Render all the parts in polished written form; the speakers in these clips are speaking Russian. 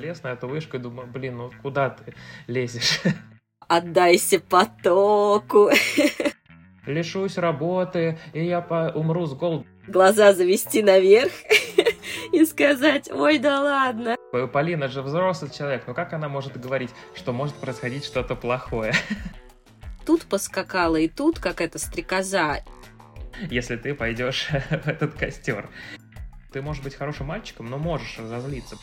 залез на эту вышку и думаю, блин, ну куда ты лезешь? Отдайся потоку. Лишусь работы, и я умру с голоду. Глаза завести наверх и сказать, ой, да ладно. Полина же взрослый человек, ну как она может говорить, что может происходить что-то плохое? Тут поскакала и тут, как эта стрекоза. Если ты пойдешь в этот костер. Ты можешь быть хорошим мальчиком, но можешь разозлиться.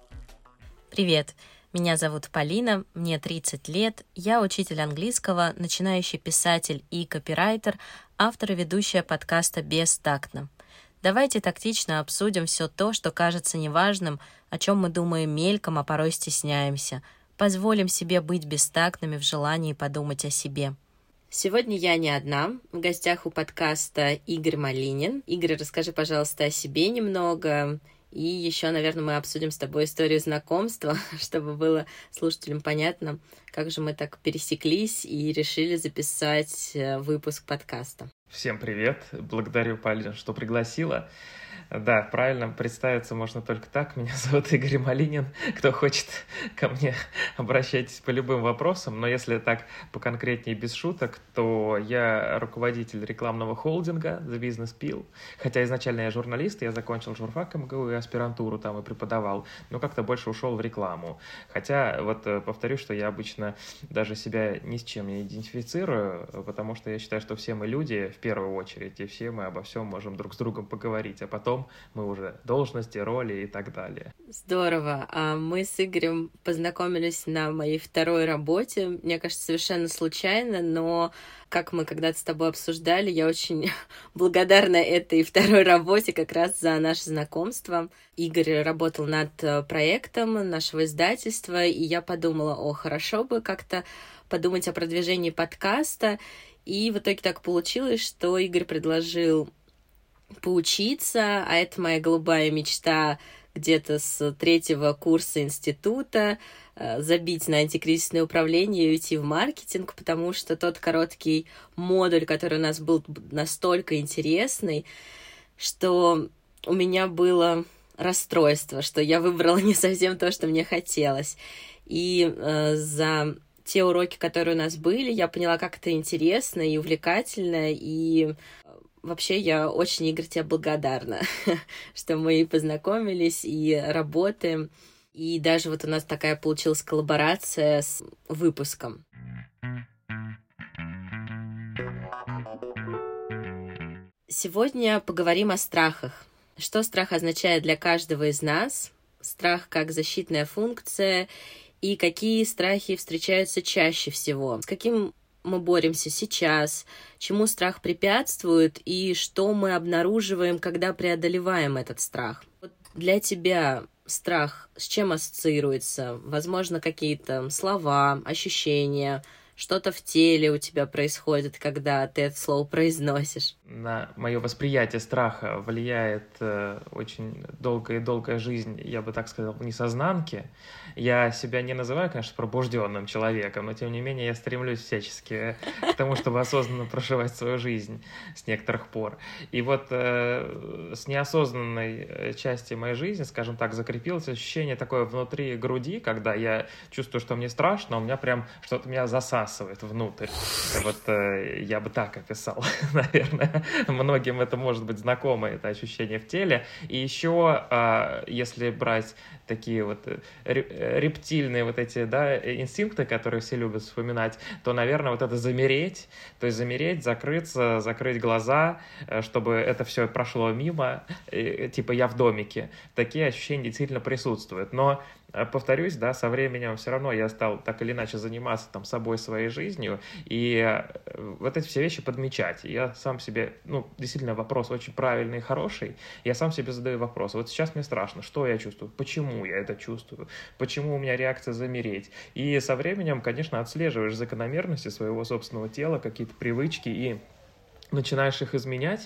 Привет, меня зовут Полина, мне 30 лет, я учитель английского, начинающий писатель и копирайтер, автор и ведущая подкаста «Бестактно». Давайте тактично обсудим все то, что кажется неважным, о чем мы думаем мельком, а порой стесняемся. Позволим себе быть бестактными в желании подумать о себе. Сегодня я не одна. В гостях у подкаста Игорь Малинин. Игорь, расскажи, пожалуйста, о себе немного. И еще, наверное, мы обсудим с тобой историю знакомства, чтобы было слушателям понятно, как же мы так пересеклись и решили записать выпуск подкаста. Всем привет. Благодарю, Полина, что пригласила. Да, правильно представиться можно только так. Меня зовут Игорь Малинин. Кто хочет ко мне, обращайтесь по любым вопросам. Но если так поконкретнее, без шуток, то я руководитель рекламного холдинга The Business Pill. Хотя изначально я журналист, я закончил журфак МГУ и аспирантуру там и преподавал, но как-то больше ушел в рекламу. Хотя, вот повторю, что я обычно даже себя ни с чем не идентифицирую, потому что я считаю, что все мы люди в первую очередь, и все мы обо всем можем друг с другом поговорить, а потом мы уже должности, роли и так далее. Здорово. Мы с Игорем познакомились на моей второй работе. Мне кажется, совершенно случайно, но как мы когда-то с тобой обсуждали, я очень благодарна этой второй работе как раз за наше знакомство. Игорь работал над проектом нашего издательства, и я подумала, хорошо бы как-то подумать о продвижении подкаста. И в итоге так получилось, что Игорь предложил поучиться, а это моя голубая мечта где-то с 3-го курса института, забить на антикризисное управление и уйти в маркетинг, потому что тот короткий модуль, который у нас был настолько интересный, что у меня было расстройство, что я выбрала не совсем то, что мне хотелось. И за те уроки, которые у нас были, я поняла, как это интересно и увлекательно, и вообще, я очень, Игорь, тебе благодарна, что мы познакомились и работаем. И даже вот у нас такая получилась коллаборация с выпуском. Сегодня поговорим о страхах. Что страх означает для каждого из нас? Страх как защитная функция. И какие страхи встречаются чаще всего? С каким мы боремся сейчас, чему страх препятствует и что мы обнаруживаем, когда преодолеваем этот страх. Вот для тебя страх с чем ассоциируется? Возможно, какие-то слова, ощущения, что-то в теле у тебя происходит, когда ты это слово произносишь? На мое восприятие страха влияет очень долгая жизнь, я бы так сказал, в несознанке. Я себя не называю, конечно, пробужденным человеком, но тем не менее я стремлюсь всячески к тому, чтобы осознанно проживать свою жизнь с некоторых пор. И вот с неосознанной части моей жизни, скажем так, закрепилось ощущение такое внутри груди, когда я чувствую, что мне страшно, у меня прям что-то меня засасывает внутрь. Вот я бы так описал, наверное. Многим это может быть знакомо, это ощущение в теле. И еще, если брать такие вот рептильные вот эти, да, инстинкты, которые все любят вспоминать, то, наверное, вот это замереть, то есть замереть, закрыться, закрыть глаза, чтобы это все прошло мимо, типа я в домике. Такие ощущения действительно присутствуют. Но повторюсь, да, со временем все равно я стал так или иначе заниматься там собой, своей жизнью, и вот эти все вещи подмечать. Я сам себе, действительно вопрос очень правильный и хороший, я сам себе задаю вопрос. Вот сейчас мне страшно, что я чувствую, почему я это чувствую, почему у меня реакция замереть. И со временем, конечно, отслеживаешь закономерности своего собственного тела, какие-то привычки и начинаешь их изменять.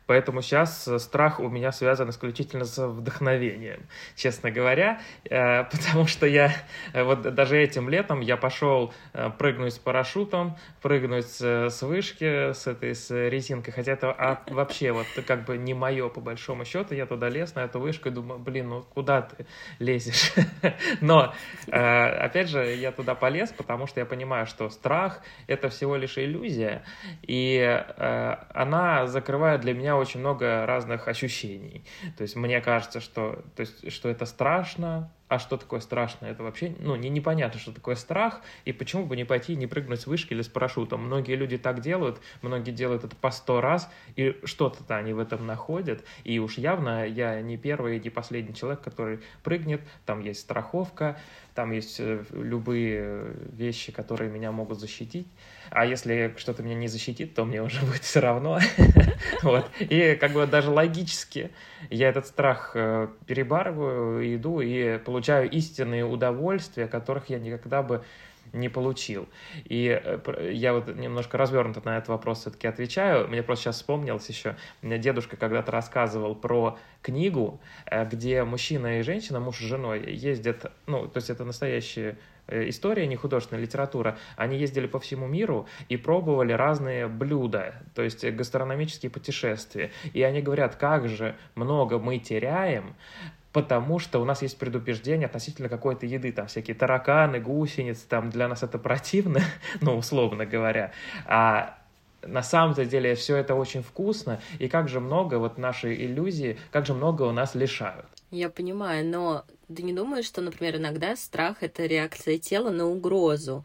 Поэтому сейчас страх у меня связан исключительно с вдохновением, честно говоря, потому что я вот даже этим летом я пошел прыгнуть с парашютом, прыгнуть с вышки, с резинкой, хотя это вообще вот как бы не мое по большому счету, я туда лез на эту вышку и думаю, блин, ну куда ты лезешь? Но, опять же, я туда полез, потому что я понимаю, что страх — это всего лишь иллюзия, и она закрывает для меня очень много разных ощущений. То есть мне кажется, что это страшно, а что такое страшно? Это вообще непонятно, что такое страх, и почему бы не пойти и не прыгнуть с вышки или с парашютом. Многие люди так делают, многие делают это по 100 раз, и что-то они в этом находят, и уж явно я не первый и не последний человек, который прыгнет, там есть страховка, там есть любые вещи, которые меня могут защитить. А если что-то меня не защитит, то мне уже будет все равно. Вот. И как бы даже логически я этот страх перебарываю, иду и получаю истинные удовольствия, которых я никогда бы не получил. И я вот немножко развернуто на этот вопрос все-таки отвечаю. Мне просто сейчас вспомнилось еще, мне дедушка когда-то рассказывал про книгу, где мужчина и женщина, муж и женой, ездят, то есть это настоящие история, не художественная литература, они ездили по всему миру и пробовали разные блюда, то есть гастрономические путешествия. И они говорят, как же много мы теряем, потому что у нас есть предубеждение относительно какой-то еды, там всякие тараканы, гусеницы, там для нас это противно, условно говоря, а на самом-то деле все это очень вкусно, и как же много вот нашей иллюзии, как же много у нас лишают. Я понимаю, но ты не думаешь, что, например, иногда страх — это реакция тела на угрозу,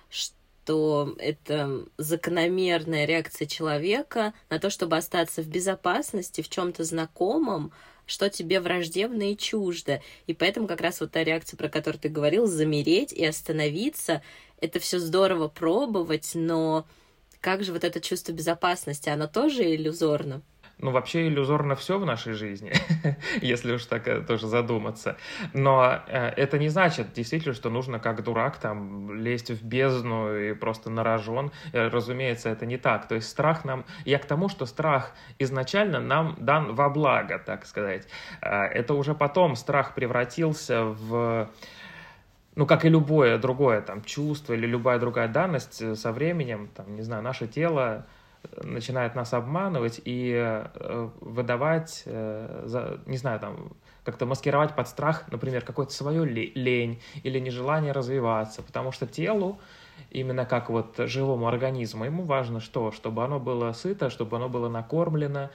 что это закономерная реакция человека на то, чтобы остаться в безопасности, в чем-то знакомом, что тебе враждебно и чуждо. И поэтому как раз вот та реакция, про которую ты говорил, замереть и остановиться, это все здорово пробовать, но как же вот это чувство безопасности, оно тоже иллюзорно? Вообще иллюзорно все в нашей жизни, если уж так тоже задуматься. Но это не значит действительно, что нужно как дурак там лезть в бездну и просто на рожон. Разумеется, это не так. То есть страх нам... Я к тому, что страх изначально нам дан во благо, так сказать. Это уже потом страх превратился в... как и любое другое там чувство или любая другая данность, со временем, там, не знаю, наше тело начинает нас обманывать и выдавать, не знаю, там, как-то маскировать под страх, например, какое-то свое лень или нежелание развиваться, потому что телу, именно как вот живому организму, ему важно что? Чтобы оно было сыто, чтобы оно было накормлено,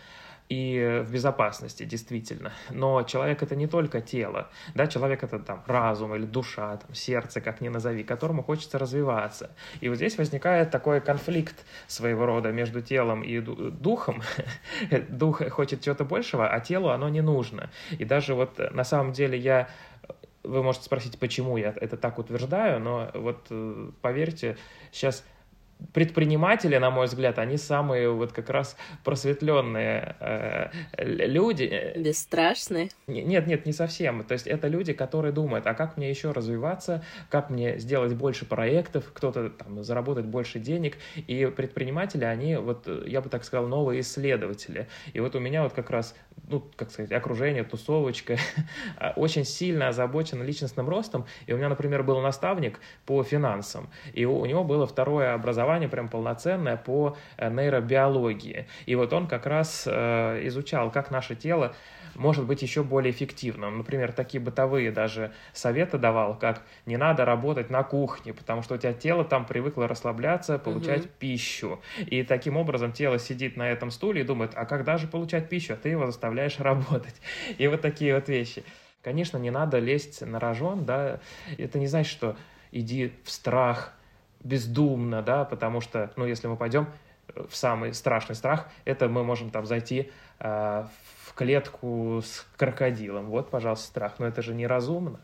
и в безопасности, действительно. Но человек — это не только тело, да, человек — это там разум или душа, там, сердце, как ни назови, которому хочется развиваться. И вот здесь возникает такой конфликт своего рода между телом и духом. Дух хочет чего-то большего, а телу оно не нужно. И даже вот на самом деле вы можете спросить, почему я это так утверждаю, но вот поверьте, сейчас... Предприниматели, на мой взгляд, они самые вот как раз просветленные люди. Бесстрашные? Нет, не совсем. То есть это люди, которые думают, а как мне еще развиваться, как мне сделать больше проектов, кто-то там заработать больше денег. И предприниматели, они, вот я бы так сказал, новые исследователи. И вот у меня вот как раз, как сказать, окружение, тусовочка очень сильно озабочено личностным ростом. И у меня, например, был наставник по финансам, и у него было второе образование, прям полноценное по нейробиологии. И вот он как раз изучал, как наше тело может быть еще более эффективным. Например, такие бытовые даже советы давал, как не надо работать на кухне, потому что у тебя тело там привыкло расслабляться, получать пищу. И таким образом тело сидит на этом стуле и думает, а когда же получать пищу? А ты его заставляешь работать. И вот такие вот вещи. Конечно, не надо лезть на рожон, да, это не значит, что иди в страх, бездумно, да, потому что, если мы пойдем в самый страшный страх, это мы можем там зайти в клетку с крокодилом. Вот, пожалуйста, страх. Но это же неразумно.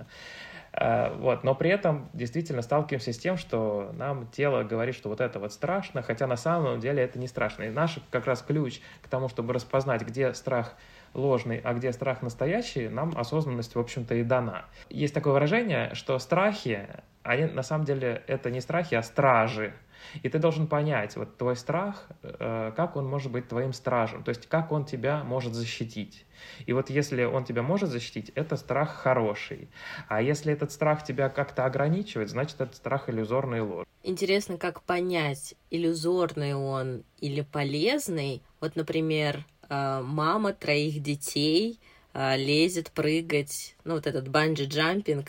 Но при этом действительно сталкиваемся с тем, что нам тело говорит, что вот это вот страшно, хотя на самом деле это не страшно. И наш как раз ключ к тому, чтобы распознать, где страх ложный, а где страх настоящий, нам осознанность, в общем-то, и дана. Есть такое выражение, что страхи, они на самом деле это не страхи, а стражи. И ты должен понять, вот твой страх, как он может быть твоим стражем, то есть как он тебя может защитить. И вот если он тебя может защитить, это страх хороший. А если этот страх тебя как-то ограничивает, значит, это страх иллюзорный и ложь. Интересно, как понять, иллюзорный он или полезный. Вот, например, мама 3 детей лезет прыгать, ну, вот этот банджи-джампинг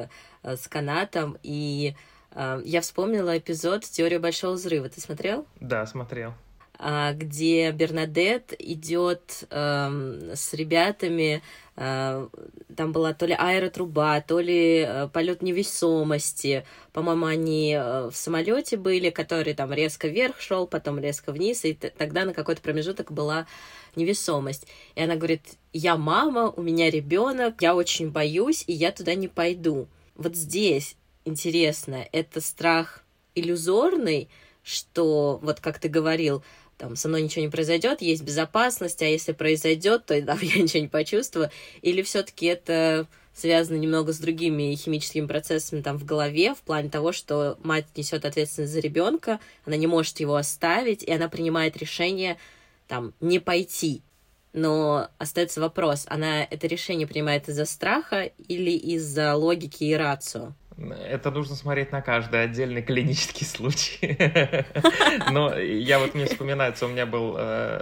с канатом, и я вспомнила эпизод «Теория большого взрыва». Ты смотрел? Да, смотрел. Где Бернадет идет с ребятами, там была то ли аэротруба, то ли полет невесомости. По-моему, они в самолете были, который там резко вверх шел, потом резко вниз, и тогда на какой-то промежуток была невесомость. И она говорит: я мама, у меня ребенок, я очень боюсь, и я туда не пойду. Вот здесь интересно, это страх иллюзорный, что, вот как ты говорил, там, со мной ничего не произойдет, есть безопасность, а если произойдет, то да, я ничего не почувствую, или все-таки это связано немного с другими химическими процессами там в голове, в плане того, что мать несет ответственность за ребенка, она не может его оставить, и она принимает решение там не пойти. Но остается вопрос, она это решение принимает из-за страха или из-за логики и рацио? Это нужно смотреть на каждый отдельный клинический случай. Но я вот, мне вспоминается, у меня был,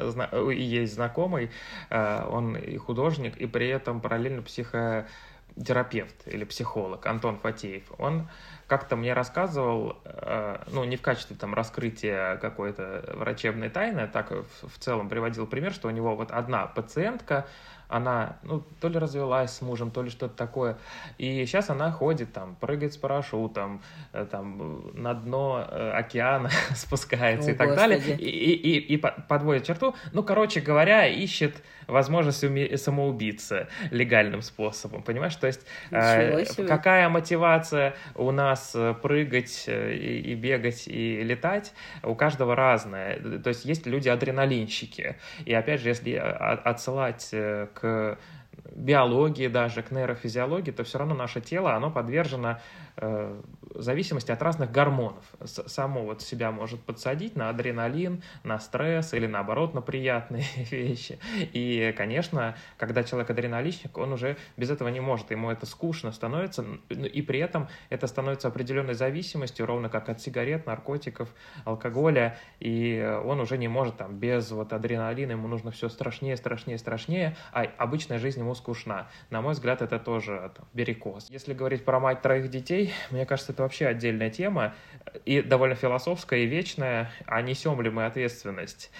есть знакомый, он и художник, и при этом параллельно психотерапевт или психолог, Антон Фатеев. Он как-то мне рассказывал, ну, не в качестве там раскрытия какой-то врачебной тайны, так в целом приводил пример, что у него вот одна пациентка, она, ну, то ли развелась с мужем, то ли что-то такое, и сейчас она ходит, там, прыгает с парашютом, там, на дно океана спускается и так далее, и подводит черту, ну, короче говоря, ищет возможность самоубиться легальным способом, понимаешь, то есть какая мотивация у нас прыгать и бегать и летать, у каждого разная, то есть есть люди адреналинщики, и опять же, если отсылать к биологии даже, к нейрофизиологии, то все равно наше тело, оно подвержено зависимости от разных гормонов. Само вот себя может подсадить на адреналин, на стресс или наоборот на приятные вещи. И, конечно, когда человек адреналичник, он уже без этого не может, ему это скучно становится, и при этом это становится определенной зависимостью, ровно как от сигарет, наркотиков, алкоголя, и он уже не может там без вот адреналина, ему нужно все страшнее, страшнее, страшнее, а обычная жизнь ему скучна. На мой взгляд, это тоже перекос. Если говорить про мать 3 детей, мне кажется, это вообще отдельная тема и довольно философская и вечная. А несем ли мы ответственность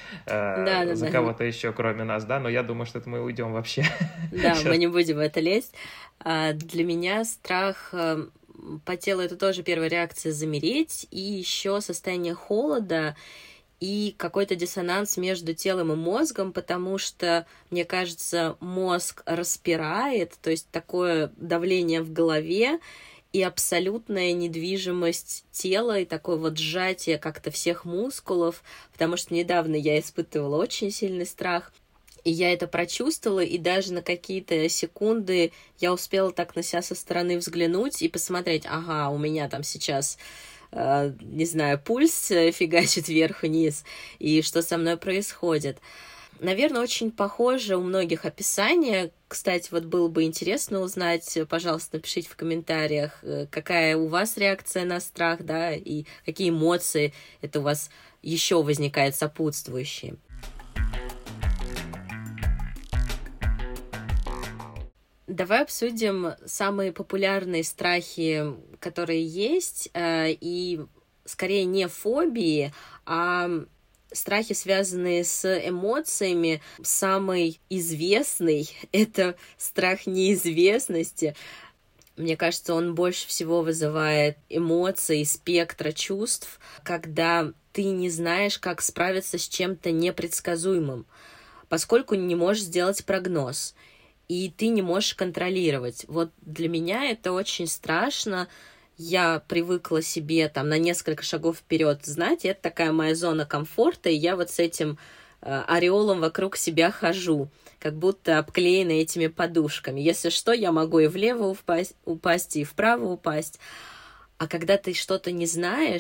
за кого-то еще, кроме нас, да? Но я думаю, что это мы уйдем вообще. Да, мы не будем в это лезть. Для меня страх по телу — это тоже первая реакция — замереть, и еще состояние холода и какой-то диссонанс между телом и мозгом, потому что, мне кажется, мозг распирает, то есть такое давление в голове и абсолютная недвижимость тела, и такое вот сжатие как-то всех мускулов, потому что недавно я испытывала очень сильный страх, и я это прочувствовала, и даже на какие-то секунды я успела так на себя со стороны взглянуть и посмотреть: ага, у меня там сейчас, не знаю, пульс фигачит вверх-вниз, и что со мной происходит. Наверное, очень похоже у многих описание. Кстати, вот было бы интересно узнать, пожалуйста, напишите в комментариях, какая у вас реакция на страх, да, и какие эмоции это у вас еще возникает сопутствующие. Давай обсудим самые популярные страхи, которые есть, и скорее не фобии, а страхи, связанные с эмоциями. Самый известный — это страх неизвестности. Мне кажется, он больше всего вызывает эмоции, спектра чувств, когда ты не знаешь, как справиться с чем-то непредсказуемым, поскольку не можешь сделать прогноз, и ты не можешь контролировать. Вот для меня это очень страшно. Я привыкла себе там на несколько шагов вперед знать, и это такая моя зона комфорта, и я вот с этим ореолом вокруг себя хожу, как будто обклеена этими подушками. Если что, я могу и влево упасть, и вправо упасть. А когда ты что-то не знаешь,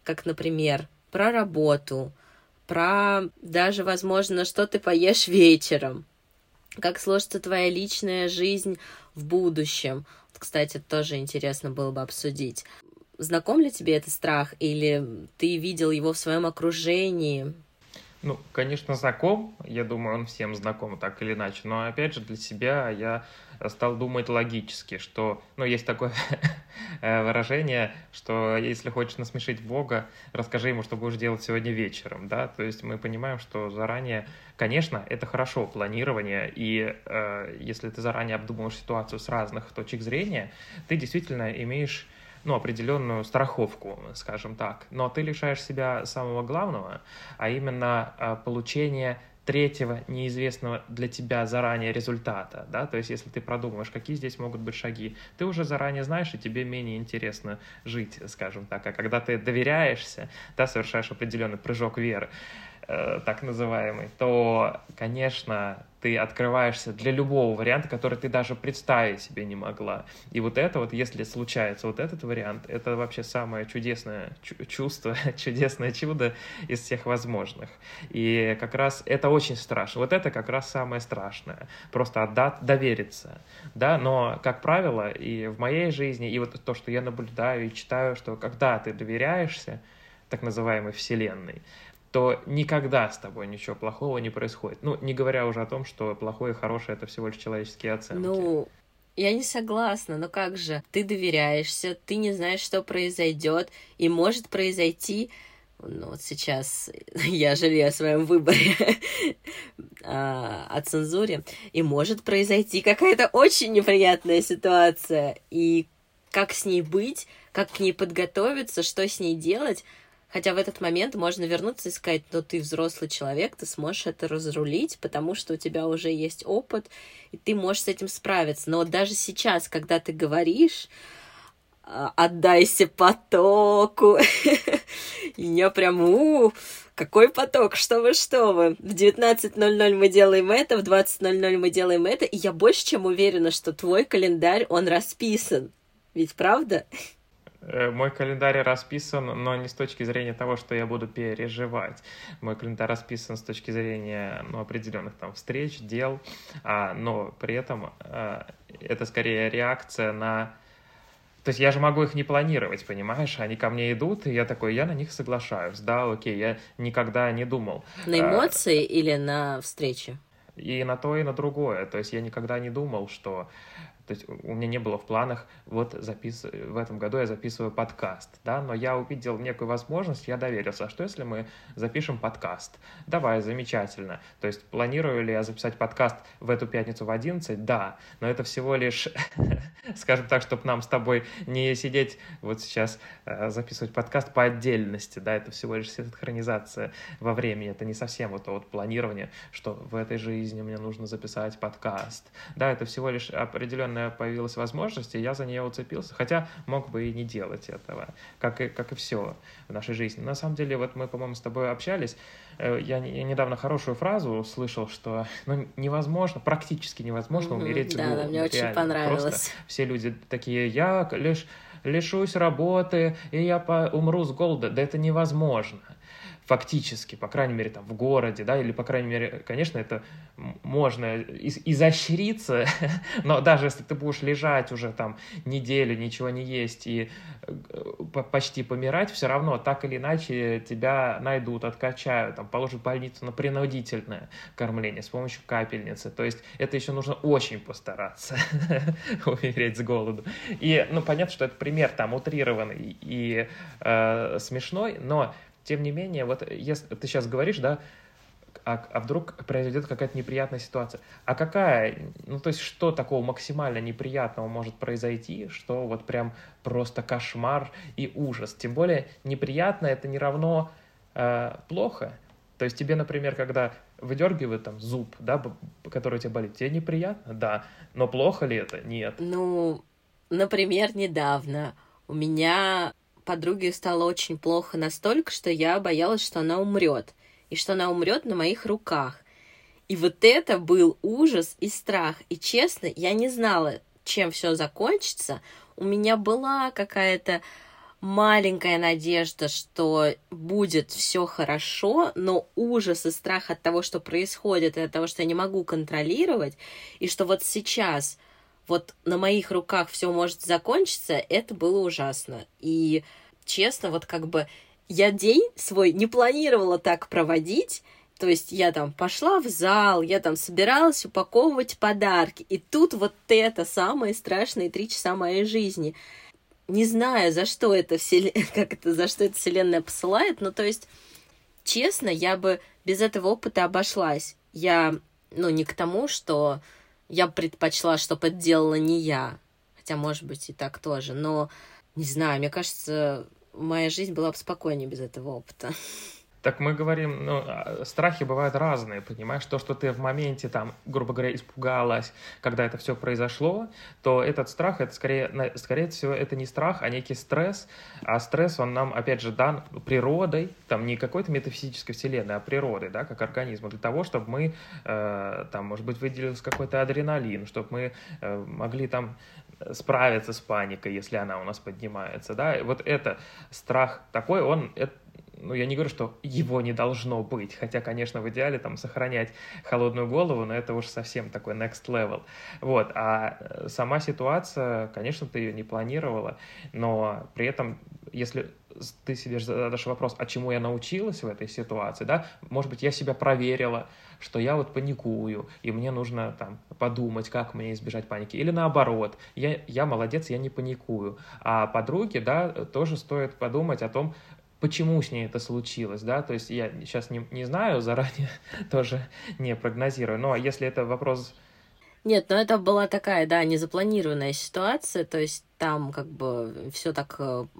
как, например, про работу, про даже, возможно, что ты поешь вечером, как сложится твоя личная жизнь в будущем. Вот, кстати, тоже интересно было бы обсудить. Знаком ли тебе этот страх, или ты видел его в своем окружении? Ну, конечно, знаком, я думаю, он всем знаком так или иначе, но, опять же, для себя я стал думать логически, что, ну, есть такое выражение, что если хочешь насмешить Бога, расскажи ему, что будешь делать сегодня вечером, да, то есть мы понимаем, что заранее, конечно, это хорошо, планирование, и если ты заранее обдумываешь ситуацию с разных точек зрения, ты действительно имеешь определенную страховку, скажем так. Но ты лишаешь себя самого главного, а именно получения третьего неизвестного для тебя заранее результата, да, то есть если ты продумаешь, какие здесь могут быть шаги, ты уже заранее знаешь, и тебе менее интересно жить, скажем так, а когда ты доверяешься, да, совершаешь определенный прыжок веры, так называемый, то, конечно, ты открываешься для любого варианта, который ты даже представить себе не могла. И вот это вот, если случается вот этот вариант, это вообще самое чудесное чувство, чудесное чудо из всех возможных. И как раз это очень страшно. Вот это как раз самое страшное. Просто довериться. Да? Но, как правило, и в моей жизни, и вот то, что я наблюдаю и читаю, что когда ты доверяешься так называемой Вселенной, то никогда с тобой ничего плохого не происходит. Ну, не говоря уже о том, что плохое и хорошее — это всего лишь человеческие оценки. Ну, я не согласна, но как же? Ты доверяешься, ты не знаешь, что произойдет, и может произойти... Ну, вот сейчас я жалею о своем выборе о цензуре, и может произойти какая-то очень неприятная ситуация, и как с ней быть, как к ней подготовиться, что с ней делать. Хотя в этот момент можно вернуться и сказать, ну, ты взрослый человек, ты сможешь это разрулить, потому что у тебя уже есть опыт, и ты можешь с этим справиться. Но вот даже сейчас, когда ты говоришь, отдайся потоку, и я прям, какой поток, что вы. В 19:00 мы делаем это, в 20:00 мы делаем это, и я больше чем уверена, что твой календарь, он расписан. Ведь правда? Мой календарь расписан, но не с точки зрения того, что я буду переживать. Мой календарь расписан с точки зрения определенных там встреч, дел, но при этом это скорее реакция на... То есть я же могу их не планировать, понимаешь? Они ко мне идут, и я такой, я на них соглашаюсь. Да, окей, я никогда не думал. На эмоции или на встречи? И на то, и на другое. То есть я никогда не думал, что... То есть у меня не было в планах, вот в этом году я записываю подкаст, да, но я увидел некую возможность, я доверился, а что если мы запишем подкаст? Давай, замечательно. То есть планирую ли я записать подкаст в эту пятницу в 11? Да, но это всего лишь, скажем так, чтобы нам с тобой не сидеть вот сейчас записывать подкаст по отдельности, да, это всего лишь синхронизация во времени, это не совсем вот то вот планирование, что в этой жизни мне нужно записать подкаст, да, это всего лишь определенная появилась возможность, и я за нее уцепился, хотя мог бы и не делать этого, как и все в нашей жизни. На самом деле, вот мы, по-моему, с тобой общались, я недавно хорошую фразу слышал, что невозможно, практически невозможно умереть с голоду. Да, мне очень понравилось. Просто все люди такие, я лишусь работы, и я умру с голода. Да это невозможно. Фактически, по крайней мере, там, в городе, да, или, по крайней мере, конечно, это можно изощриться, но даже если ты будешь лежать уже там неделю, ничего не есть и почти помирать, все равно так или иначе тебя найдут, откачают, там, положат в больницу на принудительное кормление с помощью капельницы, то есть это еще нужно очень постараться умереть с голоду. И, понятно, что это пример там утрированный и смешной, но тем не менее, вот если ты сейчас говоришь, да, а вдруг произойдет какая-то неприятная ситуация. А какая, то есть что такого максимально неприятного может произойти, что вот прям просто кошмар и ужас. Тем более неприятно это не равно плохо. То есть тебе, например, когда выдергивают там зуб, да, который у тебя болит, тебе неприятно? Да. Но плохо ли это? Нет. Например, недавно у меня... подруге стало очень плохо настолько, что я боялась, что она умрет. И что она умрет на моих руках. И вот это был ужас и страх. И честно, я не знала, чем все закончится. У меня была какая-то маленькая надежда, что будет все хорошо, но ужас и страх от того, что происходит, и от того, что я не могу контролировать, и что вот сейчас вот на моих руках все может закончиться, это было ужасно. И честно, вот как бы я день свой не планировала так проводить. То есть я там пошла в зал, я там собиралась упаковывать подарки, и тут вот это самые страшные 3 часа моей жизни. Не знаю, за что это за что эта вселенная посылает, но то есть, честно, я бы без этого опыта обошлась. Я, не к тому, что я предпочла, чтобы это делала не я, хотя, может быть, и так тоже, но, не знаю, мне кажется, моя жизнь была бы спокойнее без этого опыта. Так мы говорим, страхи бывают разные, понимаешь? То, что ты в моменте, там, грубо говоря, испугалась, когда это все произошло, то этот страх, это скорее всего, это не страх, а некий стресс. А стресс, он нам, опять же, дан природой, там, не какой-то метафизической вселенной, а природой, да, как организму, для того, чтобы мы, там, может быть, выделился какой-то адреналин, чтобы мы могли, там, справиться с паникой, если она у нас поднимается, да. И вот это страх такой, я не говорю, что его не должно быть, хотя, конечно, в идеале там сохранять холодную голову, но это уж совсем такой next level. Вот, а сама ситуация, конечно, ты ее не планировала, но при этом, если ты себе задашь вопрос, а чему я научилась в этой ситуации, да, может быть, я себя проверила, что я вот паникую, и мне нужно там подумать, как мне избежать паники, или наоборот, я молодец, я не паникую, а подруге, да, тоже стоит подумать о том, почему с ней это случилось, да, то есть я сейчас не знаю заранее, тоже не прогнозирую, но если это вопрос... Нет, это была такая, да, незапланированная ситуация, то есть там как бы все так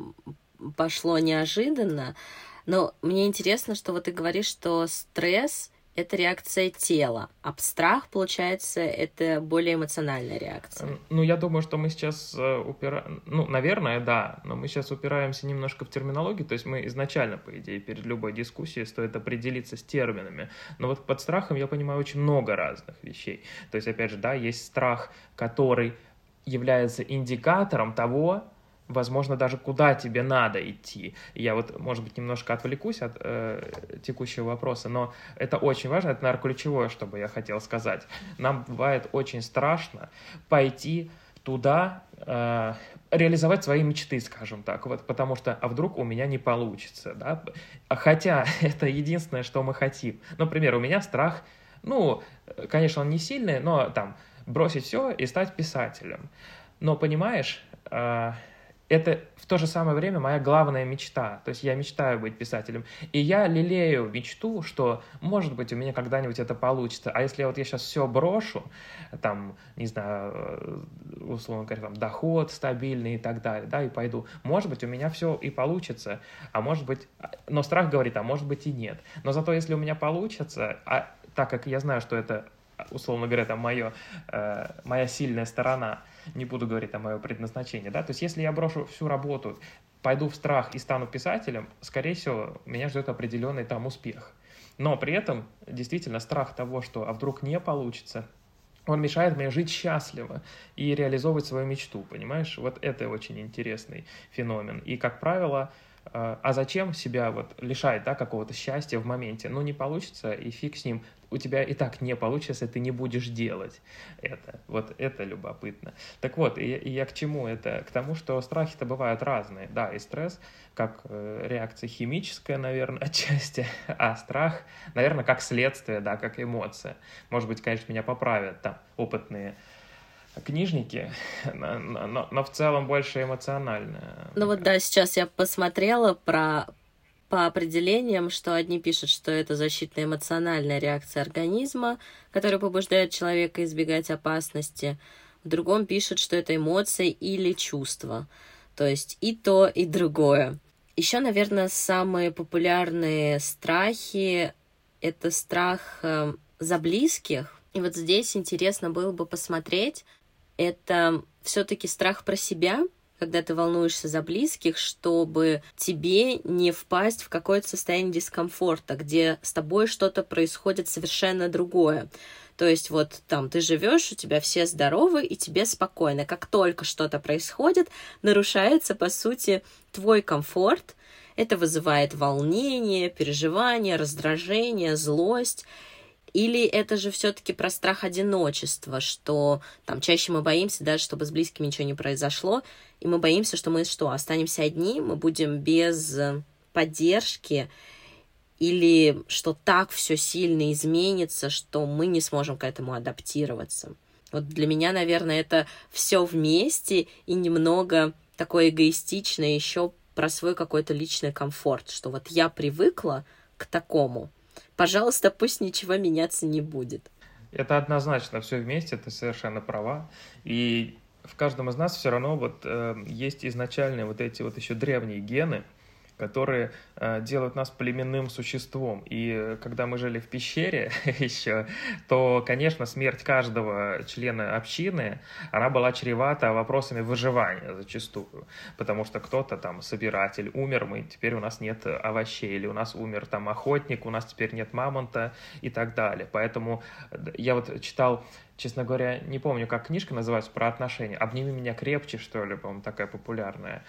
пошло неожиданно, но мне интересно, что вот ты говоришь, что стресс — это реакция тела, а страх, получается, это более эмоциональная реакция. Я думаю, что мы сейчас наверное, да, но мы сейчас упираемся немножко в терминологию, то есть мы изначально, по идее, перед любой дискуссией стоит определиться с терминами, но вот под страхом я понимаю очень много разных вещей, то есть, опять же, да, есть страх, который является индикатором того, возможно, даже куда тебе надо идти. Я вот, может быть, немножко отвлекусь от текущего вопроса, но это очень важно, это, наверное, ключевое, что бы я хотел сказать. Нам бывает очень страшно пойти туда, реализовать свои мечты, скажем так, вот, потому что, а вдруг у меня не получится, да? Хотя это единственное, что мы хотим. Например, у меня страх, конечно, он не сильный, но там, бросить все и стать писателем. Но, понимаешь, это в то же самое время моя главная мечта. То есть я мечтаю быть писателем. И я лелею мечту, что, может быть, у меня когда-нибудь это получится. А если я сейчас все брошу, там, не знаю, условно говоря, там, доход стабильный и так далее, да, и пойду, может быть, у меня все и получится, а может быть... Но страх говорит, а может быть и нет. Но зато если у меня получится, так как я знаю, что это, условно говоря, там моя сильная сторона, не буду говорить о моем предназначении, да, то есть если я брошу всю работу, пойду в страх и стану писателем, скорее всего, меня ждет определенный там успех. Но при этом, действительно, страх того, что а вдруг не получится, он мешает мне жить счастливо и реализовывать свою мечту, понимаешь? Вот это очень интересный феномен. И, как правило, а зачем себя вот лишать, да, какого-то счастья в моменте? Не получится, и фиг с ним. У тебя и так не получится, ты не будешь делать это. Вот это любопытно. Так вот, и я к чему это? К тому, что страхи-то бывают разные. Да, и стресс как реакция химическая, наверное, отчасти, а страх, наверное, как следствие, да, как эмоция. Может быть, конечно, меня поправят там опытные книжники, но в целом больше эмоционально. Да, сейчас я посмотрела по определениям, что одни пишут, что это защитно-эмоциональная реакция организма, которая побуждает человека избегать опасности. В другом пишут, что это эмоции или чувства. То есть и то, и другое. Еще, наверное, самые популярные страхи — это страх за близких. И вот здесь интересно было бы посмотреть, это все-таки страх про себя, когда ты волнуешься за близких, чтобы тебе не впасть в какое-то состояние дискомфорта, где с тобой что-то происходит совершенно другое. То есть вот там ты живешь, у тебя все здоровы, и тебе спокойно. Как только что-то происходит, нарушается, по сути, твой комфорт. Это вызывает волнение, переживание, раздражение, злость. Или это же все-таки про страх одиночества, что там чаще мы боимся, даже чтобы с близкими ничего не произошло, и мы боимся, что мы останемся одни, мы будем без поддержки, или что так все сильно изменится, что мы не сможем к этому адаптироваться. Вот для меня, наверное, это все вместе и немного такое эгоистичное еще про свой какой-то личный комфорт, что вот я привыкла к такому, пожалуйста, пусть ничего меняться не будет. Это однозначно все вместе, ты совершенно права. И в каждом из нас все равно вот есть изначальные вот эти вот еще древние гены, которые делают нас племенным существом. И когда мы жили в пещере еще, то, конечно, смерть каждого члена общины, она была чревата вопросами выживания зачастую. Потому что кто-то там, собиратель, умер, теперь у нас нет овощей, или у нас умер там охотник, у нас теперь нет мамонта и так далее. Поэтому я вот читал, честно говоря, не помню, как книжка называется, про отношения. «Обними меня крепче», что ли, по-моему, такая популярная.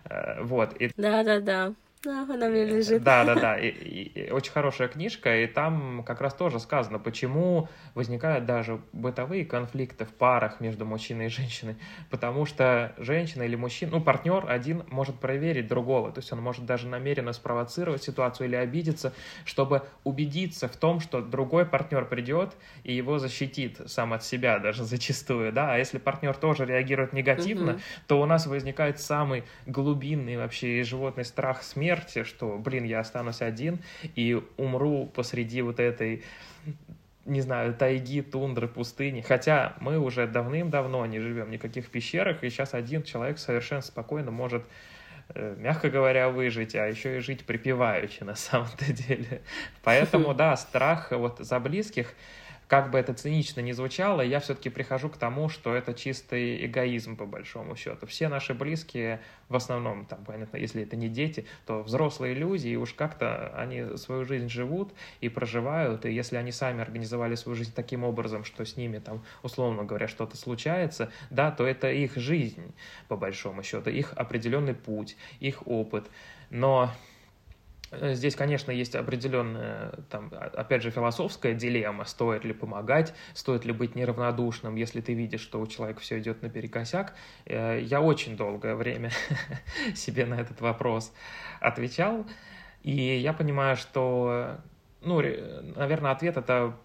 Вот. Да, она мне лежит. Да. И очень хорошая книжка, и там как раз тоже сказано, почему возникают даже бытовые конфликты в парах между мужчиной и женщиной. Потому что женщина или мужчина, партнер один может проверить другого. То есть он может даже намеренно спровоцировать ситуацию или обидеться, чтобы убедиться в том, что другой партнер придет и его защитит сам от себя даже зачастую. Да? А если партнер тоже реагирует негативно, то у нас возникает самый глубинный вообще и животный страх смерти, что, я останусь один и умру посреди вот этой, не знаю, тайги, тундры, пустыни. Хотя мы уже давным-давно не живем ни в каких пещерах, и сейчас один человек совершенно спокойно может, мягко говоря, выжить, а еще и жить припеваючи на самом-то деле. Поэтому, да, страх вот за близких, как бы это цинично ни звучало, я все-таки прихожу к тому, что это чистый эгоизм, по большому счету. Все наши близкие, в основном, там, понятно, если это не дети, то взрослые люди, и уж как-то они свою жизнь живут и проживают, и если они сами организовали свою жизнь таким образом, что с ними, там, условно говоря, что-то случается, да, то это их жизнь, по большому счету, их определенный путь, их опыт. Но здесь, конечно, есть определенная, там, опять же, философская дилемма, стоит ли помогать, стоит ли быть неравнодушным, если ты видишь, что у человека все идет наперекосяк. Я очень долгое время себе на этот вопрос отвечал, и я понимаю, что, наверное, ответ это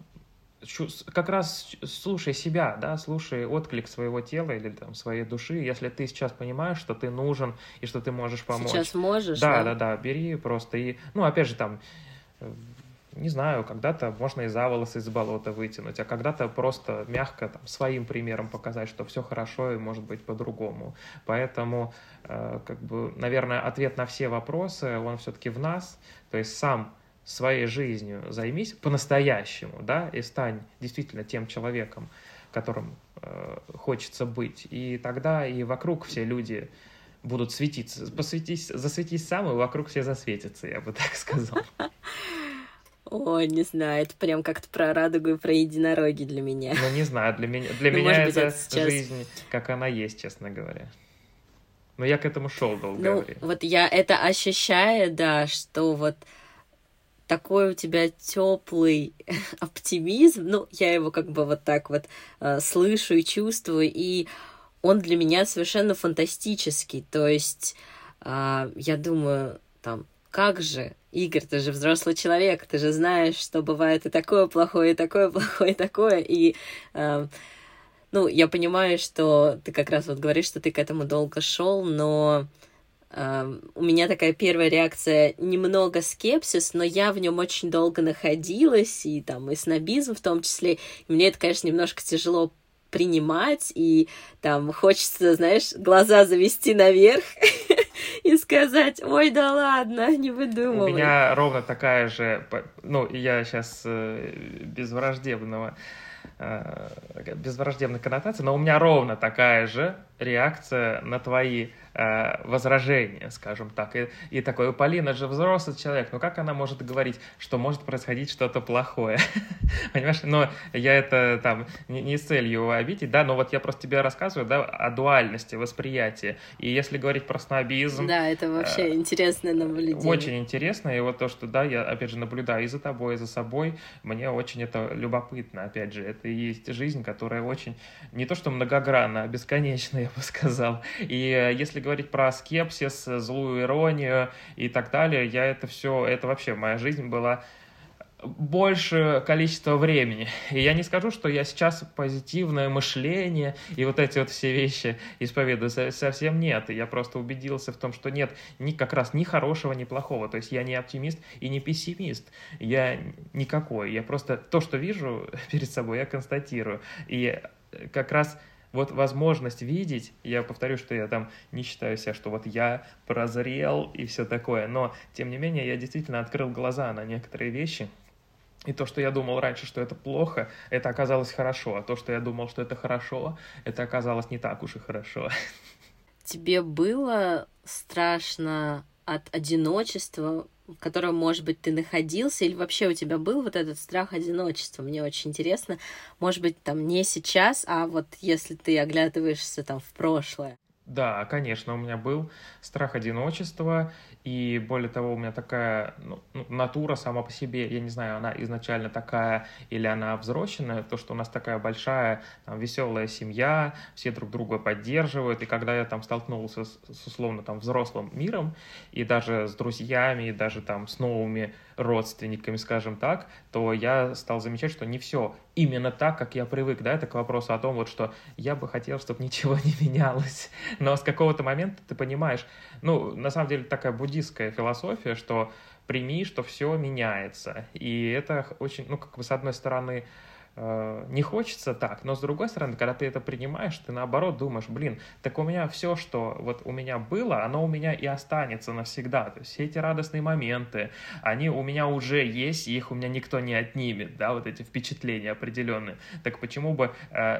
как раз слушай себя, да, слушай отклик своего тела или там своей души. Если ты сейчас понимаешь, что ты нужен и что ты можешь помочь. Сейчас можешь, да, бери просто и, опять же, там, не знаю, когда-то можно и за волосы из болота вытянуть, а когда-то просто мягко там, своим примером показать, что все хорошо и может быть по-другому. Поэтому, наверное, ответ на все вопросы, он все-таки в нас, то есть сам своей жизнью займись по-настоящему, да, и стань действительно тем человеком, которым хочется быть. И тогда и вокруг все люди будут светиться. Засветись сам, и вокруг все засветятся, я бы так сказал. Ой, не знаю, это прям как-то про радугу и про единороги для меня. Не знаю, для меня это жизнь, как она есть, честно говоря. Но я к этому шел долгое время. Вот я это ощущаю, да, что вот такой у тебя теплый оптимизм, я его как бы вот так вот слышу и чувствую, и он для меня совершенно фантастический. То есть я думаю, там, как же, Игорь, ты же взрослый человек, ты же знаешь, что бывает и такое плохое, и такое плохое, и такое, и я понимаю, что ты как раз вот говоришь, что ты к этому долго шел, но у меня такая первая реакция немного скепсис, но я в нем очень долго находилась, и там и снобизм в том числе. И мне это, конечно, немножко тяжело принимать, и там хочется, знаешь, глаза завести наверх и сказать: ой, да ладно, не выдумывай. У меня ровно такая же, я сейчас без враждебной коннотации, но у меня ровно такая же реакция на твои возражения, скажем так. И такой, Полина же взрослый человек, ну как она может говорить, что может происходить что-то плохое? Понимаешь? Но я это там не с целью обидеть, да, но вот я просто тебе рассказываю, да, о дуальности восприятия. И если говорить про снобизм... Да, это вообще интересное наблюдение. Очень интересно, и вот то, что, да, я, опять же, наблюдаю и за тобой, и за собой, мне очень это любопытно, опять же, это и есть жизнь, которая очень, не то что многогранна, а бесконечна, я бы сказал. И если говорить про скепсис, злую иронию и так далее, это вообще моя жизнь была больше количества времени. И я не скажу, что я сейчас позитивное мышление и вот эти вот все вещи исповедую. Совсем нет. Я просто убедился в том, что нет как раз ни хорошего, ни плохого. То есть я не оптимист и не пессимист. Я никакой. Я просто то, что вижу перед собой, я констатирую. И как раз вот возможность видеть, я повторю, что я там не считаю себя, что вот я прозрел и все такое, но тем не менее я действительно открыл глаза на некоторые вещи. И то, что я думал раньше, что это плохо, это оказалось хорошо. А то, что я думал, что это хорошо, это оказалось не так уж и хорошо. Тебе было страшно от одиночества, в котором, может быть, ты находился, или вообще у тебя был вот этот страх одиночества? Мне очень интересно. Может быть, там не сейчас, а вот если ты оглядываешься там в прошлое. Да, конечно, у меня был страх одиночества, и более того, у меня такая натура сама по себе, я не знаю, она изначально такая или она взросленная, то, что у нас такая большая, там, веселая семья, все друг друга поддерживают, и когда я там столкнулся с условно там взрослым миром, и даже с друзьями, и даже там с новыми родственниками, скажем так, то я стал замечать, что не все именно так, как я привык, да, это к вопросу о том, вот, что я бы хотел, чтобы ничего не менялось, но с какого-то момента ты понимаешь, на самом деле такая буддистская философия, что прими, что все меняется, и это очень, с одной стороны, не хочется так, но с другой стороны, когда ты это принимаешь, ты наоборот думаешь, так у меня все, что вот у меня было, оно у меня и останется навсегда, то есть все эти радостные моменты, они у меня уже есть, и их у меня никто не отнимет, да, вот эти впечатления определенные, так почему бы,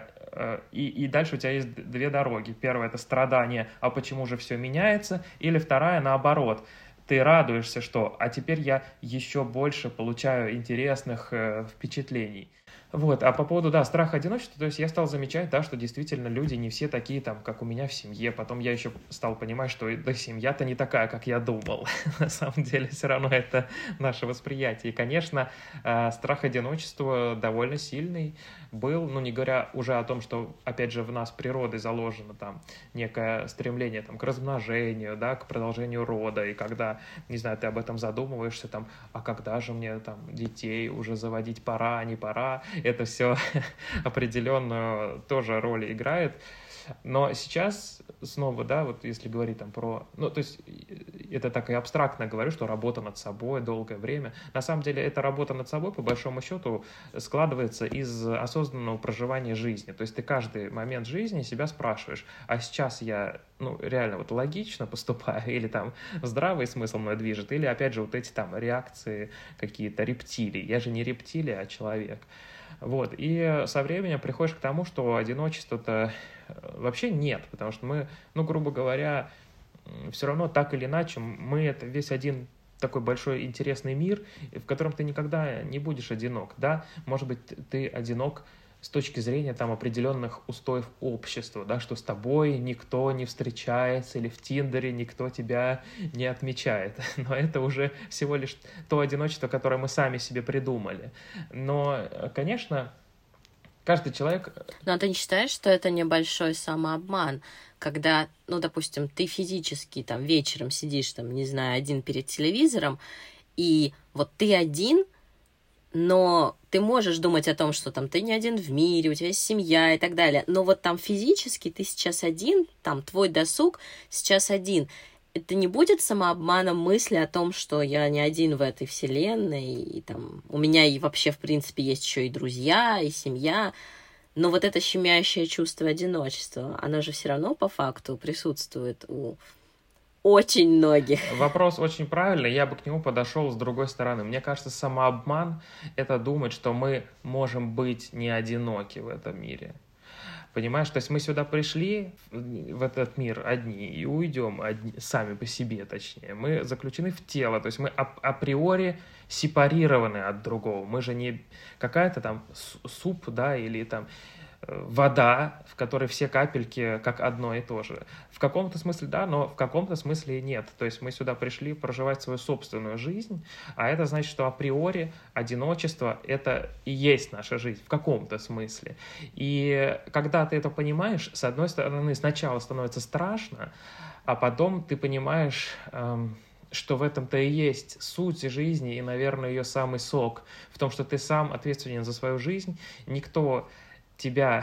и дальше у тебя есть две дороги, первая это страдание, а почему же все меняется, или вторая наоборот, ты радуешься, что, а теперь я еще больше получаю интересных впечатлений. Вот, а по поводу, да, страха одиночества, то есть я стал замечать, да, что действительно люди не все такие, там, как у меня в семье, потом я еще стал понимать, что да, семья-то не такая, как я думал, на самом деле все равно это наше восприятие, и, конечно, страх одиночества довольно сильный был, не говоря уже о том, что, опять же, в нас природой заложено там некое стремление там к размножению, да, к продолжению рода, и когда, не знаю, ты об этом задумываешься, там, а когда же мне там детей уже заводить, пора, не пора, это все определенную тоже роль играет. Но сейчас снова, да, вот если говорить там про... то есть это так и абстрактно говорю, что работа над собой долгое время. На самом деле эта работа над собой, по большому счету, складывается из осознанного проживания жизни. То есть ты каждый момент жизни себя спрашиваешь, а сейчас я, реально вот логично поступаю, или там здравый смысл мной движет, или опять же вот эти там реакции какие-то рептилии. Я же не рептилия, а человек. Вот, и со временем приходишь к тому, что одиночества-то вообще нет, потому что мы, грубо говоря, все равно так или иначе, мы это весь один такой большой интересный мир, в котором ты никогда не будешь одинок, да, может быть, ты одинок с точки зрения там определенных устоев общества, да, что с тобой никто не встречается или в Тиндере никто тебя не отмечает. Но это уже всего лишь то одиночество, которое мы сами себе придумали. Но, конечно, каждый человек... Но ты не считаешь, что это небольшой самообман, когда, допустим, ты физически там вечером сидишь, там, не знаю, один перед телевизором, и вот ты один, но ты можешь думать о том, что там ты не один в мире, у тебя есть семья и так далее, но вот там физически ты сейчас один, там твой досуг сейчас один. Это не будет самообманом мысли о том, что я не один в этой вселенной, и там у меня и вообще, в принципе, есть еще и друзья, и семья, но вот это щемящее чувство одиночества, оно же все равно по факту присутствует у очень многих. Вопрос очень правильный, я бы к нему подошел с другой стороны. Мне кажется, самообман — это думать, что мы можем быть не одиноки в этом мире. Понимаешь, то есть мы сюда пришли в этот мир одни и уйдем одни, сами по себе, точнее. Мы заключены в тело, то есть мы априори сепарированы от другого. Мы же не какая-то там суп, да, или там вода, в которой все капельки как одно и то же. В каком-то смысле да, но в каком-то смысле и нет. То есть мы сюда пришли проживать свою собственную жизнь, а это значит, что априори одиночество — это и есть наша жизнь в каком-то смысле. И когда ты это понимаешь, с одной стороны, сначала становится страшно, а потом ты понимаешь, что в этом-то и есть суть жизни и, наверное, ее самый сок. В том, что ты сам ответственен за свою жизнь, никто тебя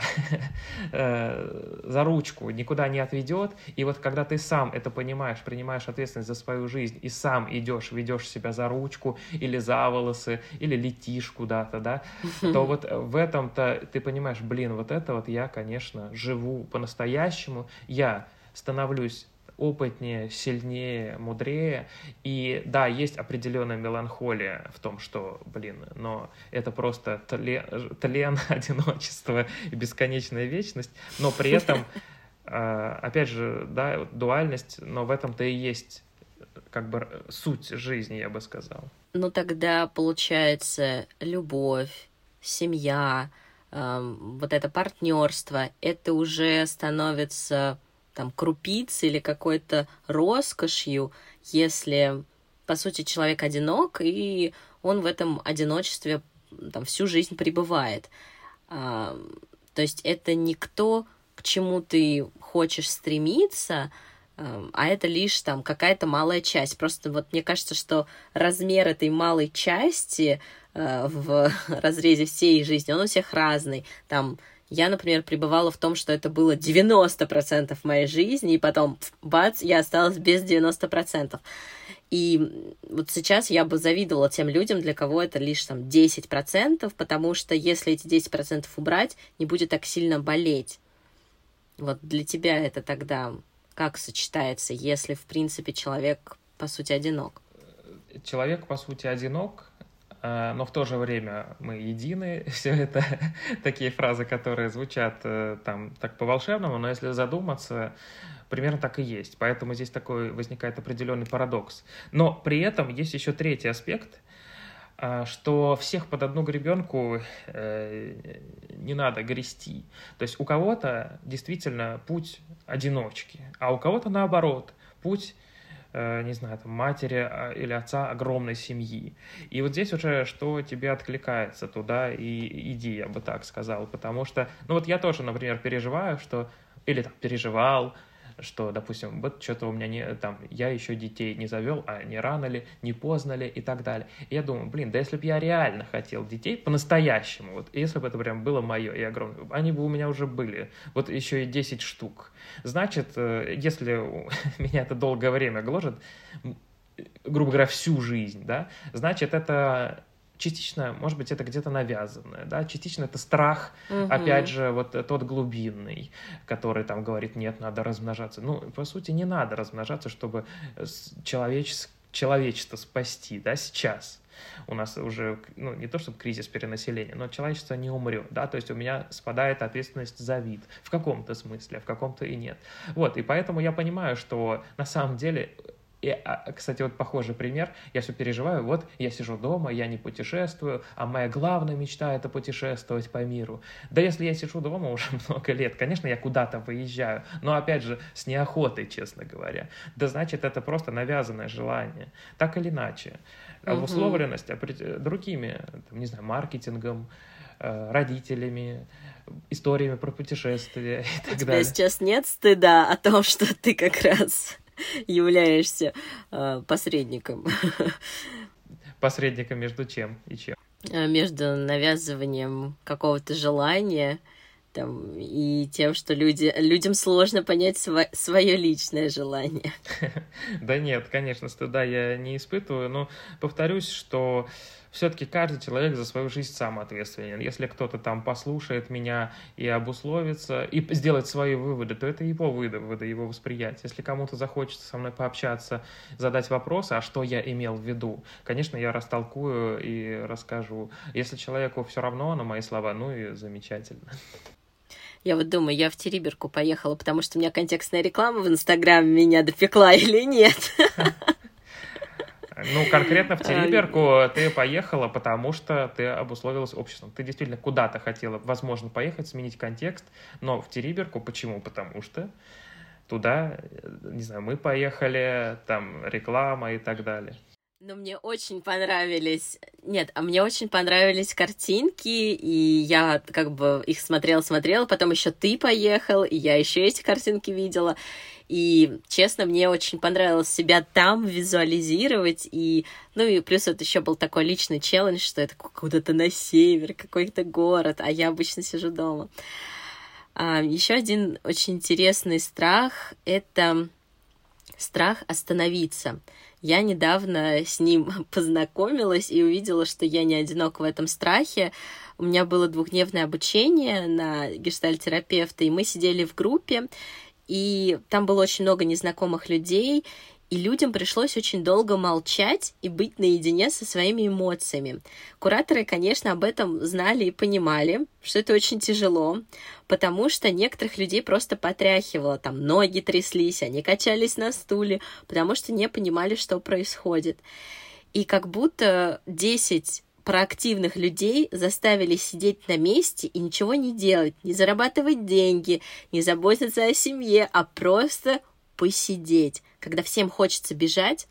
за ручку никуда не отведет, и вот когда ты сам это понимаешь, принимаешь ответственность за свою жизнь и сам идешь, ведешь себя за ручку или за волосы, или летишь куда-то, да, то вот в этом-то ты понимаешь, блин, вот это вот я, конечно, живу по-настоящему, я становлюсь опытнее, сильнее, мудрее. И да, есть определенная меланхолия в том, что, блин, но это просто тлен, одиночество и бесконечная вечность, но при этом, опять же, да, дуальность, но в этом-то и есть как бы суть жизни, я бы сказал. Ну тогда получается любовь, семья, вот это партнерство, это уже становится там крупицей или какой-то роскошью, если, по сути, человек одинок, и он в этом одиночестве там всю жизнь пребывает. То есть это не то, к чему ты хочешь стремиться, а это лишь там какая-то малая часть. Просто вот мне кажется, что размер этой малой части в разрезе всей жизни, он у всех разный. Там я, например, пребывала в том, что это было 90% моей жизни, и потом, бац, я осталась без 90%. И вот сейчас я бы завидовала тем людям, для кого это лишь там 10%, потому что если эти 10% убрать, не будет так сильно болеть. Вот для тебя это тогда как сочетается, если, в принципе, человек, по сути, одинок? Человек, по сути, одинок, но в то же время мы едины. Все это такие фразы, которые звучат там так по-волшебному, но если задуматься, примерно так и есть. Поэтому здесь такой возникает определенный парадокс. Но при этом есть еще третий аспект, что всех под одну гребенку не надо грести. То есть у кого-то действительно путь одиночки, а у кого-то наоборот, путь, не знаю, там, матери или отца огромной семьи. И вот здесь уже что тебе откликается, туда и иди, я бы так сказал. Потому что, ну вот я тоже, например, переживаю, что, или там переживал, что, допустим, вот что-то у меня не, там, я еще детей не завел, а не рано ли, не поздно ли и так далее. И я думаю, блин, да если бы я реально хотел детей по-настоящему, вот если бы это прям было мое и огромное, они бы у меня уже были, вот еще и 10 штук. Значит, если меня это долгое время гложет, грубо говоря, всю жизнь, да, значит, это частично, может быть, это где-то навязанное, да, частично это страх, опять же, вот тот глубинный, который там говорит, нет, надо размножаться. Ну, по сути, не надо размножаться, чтобы человечество спасти, да, сейчас. У нас уже, ну, не то чтобы кризис перенаселения, но человечество не умрет, да, то есть у меня спадает ответственность за вид в каком-то смысле, а в каком-то и нет. Вот, и поэтому я понимаю, что на самом деле... И, кстати, вот похожий пример, я все переживаю, вот я сижу дома, я не путешествую, а моя главная мечта — это путешествовать по миру. Да если я сижу дома уже много лет, конечно, я куда-то выезжаю, но, опять же, с неохотой, честно говоря. Да значит, это просто навязанное желание. Так или иначе. Обусловленность другими, там, не знаю, маркетингом, родителями, историями про путешествия и так далее. У тебя сейчас нет стыда о том, что ты как раз... являешься посредником. Посредником между чем и чем? Между навязыванием какого-то желания там, и тем, что людям сложно понять свое личное желание. Да нет, конечно, стыда я не испытываю, но повторюсь, что все-таки каждый человек за свою жизнь сам ответственен. Если кто-то там послушает меня и обусловится, и сделает свои выводы, то это его выводы, его восприятие. Если кому-то захочется со мной пообщаться, задать вопросы, а что я имел в виду, конечно, я растолкую и расскажу. Если человеку все равно на мои слова, ну и замечательно. Я вот думаю, я в Териберку поехала, потому что у меня контекстная реклама в Инстаграме меня допекла или нет. Ну, конкретно в Териберку ты поехала, потому что ты обусловилась обществом. Ты действительно куда-то хотела, возможно, поехать, сменить контекст, но в Териберку почему? Потому что туда, не знаю, мы поехали, там реклама и так далее. Но мне очень понравились... Нет, а мне очень понравились картинки, и я как бы их смотрела, потом еще ты поехал, и я еще эти картинки видела. И, честно, мне очень понравилось себя там визуализировать, и, ну и плюс это еще был такой личный челлендж, что это куда-то на север, какой-то город, а я обычно сижу дома. Еще один очень интересный страх — это страх остановиться. Я недавно с ним познакомилась и увидела, что я не одинока в этом страхе. У меня было 2-дневное обучение на гештальт-терапевта, и мы сидели в группе, и там было очень много незнакомых людей, и людям пришлось очень долго молчать и быть наедине со своими эмоциями. Кураторы, конечно, об этом знали и понимали, что это очень тяжело, потому что некоторых людей просто потряхивало, там ноги тряслись, они качались на стуле, потому что не понимали, что происходит. И как будто 10 проактивных людей заставили сидеть на месте и ничего не делать, не зарабатывать деньги, не заботиться о семье, а просто посидеть, когда всем хочется бежать.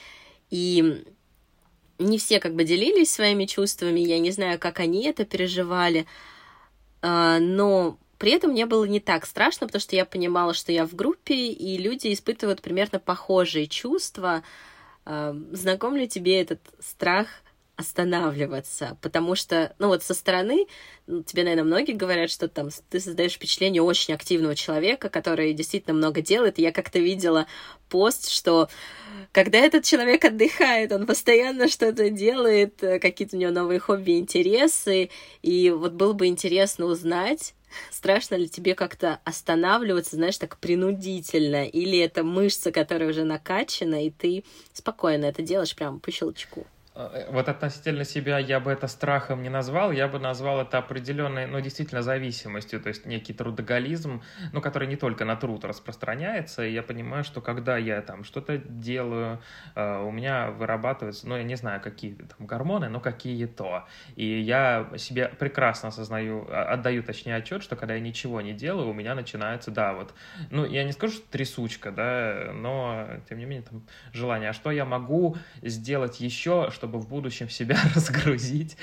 И не все как бы делились своими чувствами, я не знаю, как они это переживали, но при этом мне было не так страшно, потому что я понимала, что я в группе, и люди испытывают примерно похожие чувства. Знаком ли тебе этот страх останавливаться? Потому что, ну вот со стороны, тебе, наверное, многие говорят, что там ты создаешь впечатление очень активного человека, который действительно много делает. И я как-то видела пост, что когда этот человек отдыхает, он постоянно что-то делает, какие-то у него новые хобби, интересы, и вот было бы интересно узнать, страшно ли тебе как-то останавливаться, знаешь, так принудительно, или это мышца, которая уже накачана, и ты спокойно это делаешь прямо по щелчку? Вот относительно себя я бы это страхом не назвал, я бы назвал это определенной, ну, действительно, зависимостью, то есть некий трудоголизм, ну, который не только на труд распространяется, и я понимаю, что когда я там что-то делаю, у меня вырабатываются, ну, я не знаю, какие там гормоны, но какие-то, и я себе прекрасно осознаю, отдаю, точнее, отчет, что когда я ничего не делаю, у меня начинается, да, вот, ну, я не скажу, что трясучка, да, но, тем не менее, там, желание, а что я могу сделать еще, чтобы в будущем себя разгрузить,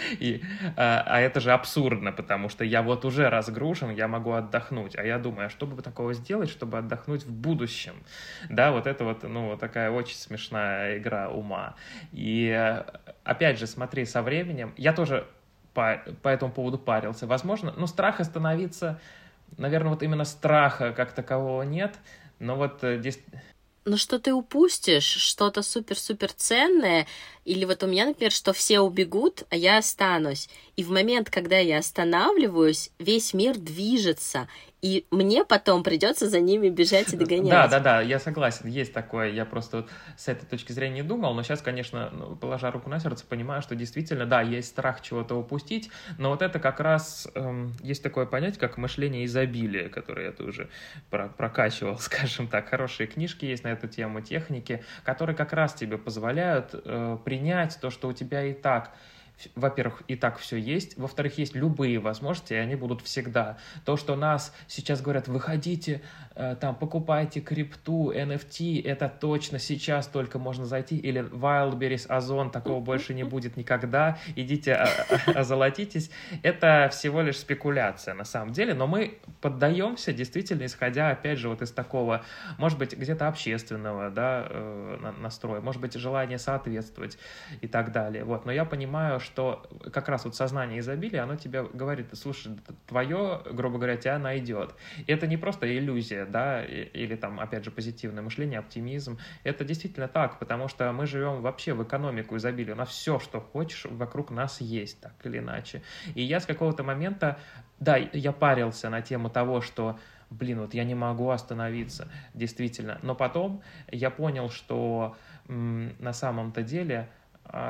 а это же абсурдно, потому что я вот уже разгружен, я могу отдохнуть, а я думаю, а что бы такого сделать, чтобы отдохнуть в будущем, да, вот это вот, ну, вот такая очень смешная игра ума, и опять же, смотри, со временем, я тоже по этому поводу парился, возможно, ну, страх остановиться, наверное, вот именно страха как такового нет, но вот здесь... Но что ты упустишь, что-то супер-супер ценное, или вот у меня, например, что все убегут, а я останусь. И в момент, когда я останавливаюсь, весь мир движется, и мне потом придется за ними бежать и догонять. Да, я согласен, есть такое. Я просто вот с этой точки зрения не думал, но сейчас, конечно, положа руку на сердце, понимаю, что действительно, да, есть страх чего-то упустить, но вот это как раз есть такое понятие, как мышление изобилия, которое я тоже прокачивал, скажем так. Хорошие книжки есть на эту тему, техники, которые как раз тебе позволяют принять то, что у тебя и так, во-первых, и так все есть, во-вторых, есть любые возможности, и они будут всегда. То, что нас сейчас говорят, выходите, там, покупайте крипту, NFT, это точно сейчас только можно зайти, или Wildberries, Озон, такого больше не будет никогда, идите, озолотитесь. Это всего лишь спекуляция на самом деле, но мы поддаемся, действительно, исходя, опять же, вот из такого, может быть, где-то общественного, да, настроя, может быть, желания соответствовать и так далее. Вот. Но я понимаю, что как раз вот сознание изобилия, оно тебе говорит, слушай, твое, грубо говоря, тебя найдет. И это не просто иллюзия, да, или там, опять же, позитивное мышление, оптимизм. Это действительно так, потому что мы живем вообще в экономику изобилия. У нас все, что хочешь, вокруг нас есть, так или иначе. И я с какого-то момента, да, я парился на тему того, что блин, вот я не могу остановиться, действительно. Но потом я понял, что на самом-то деле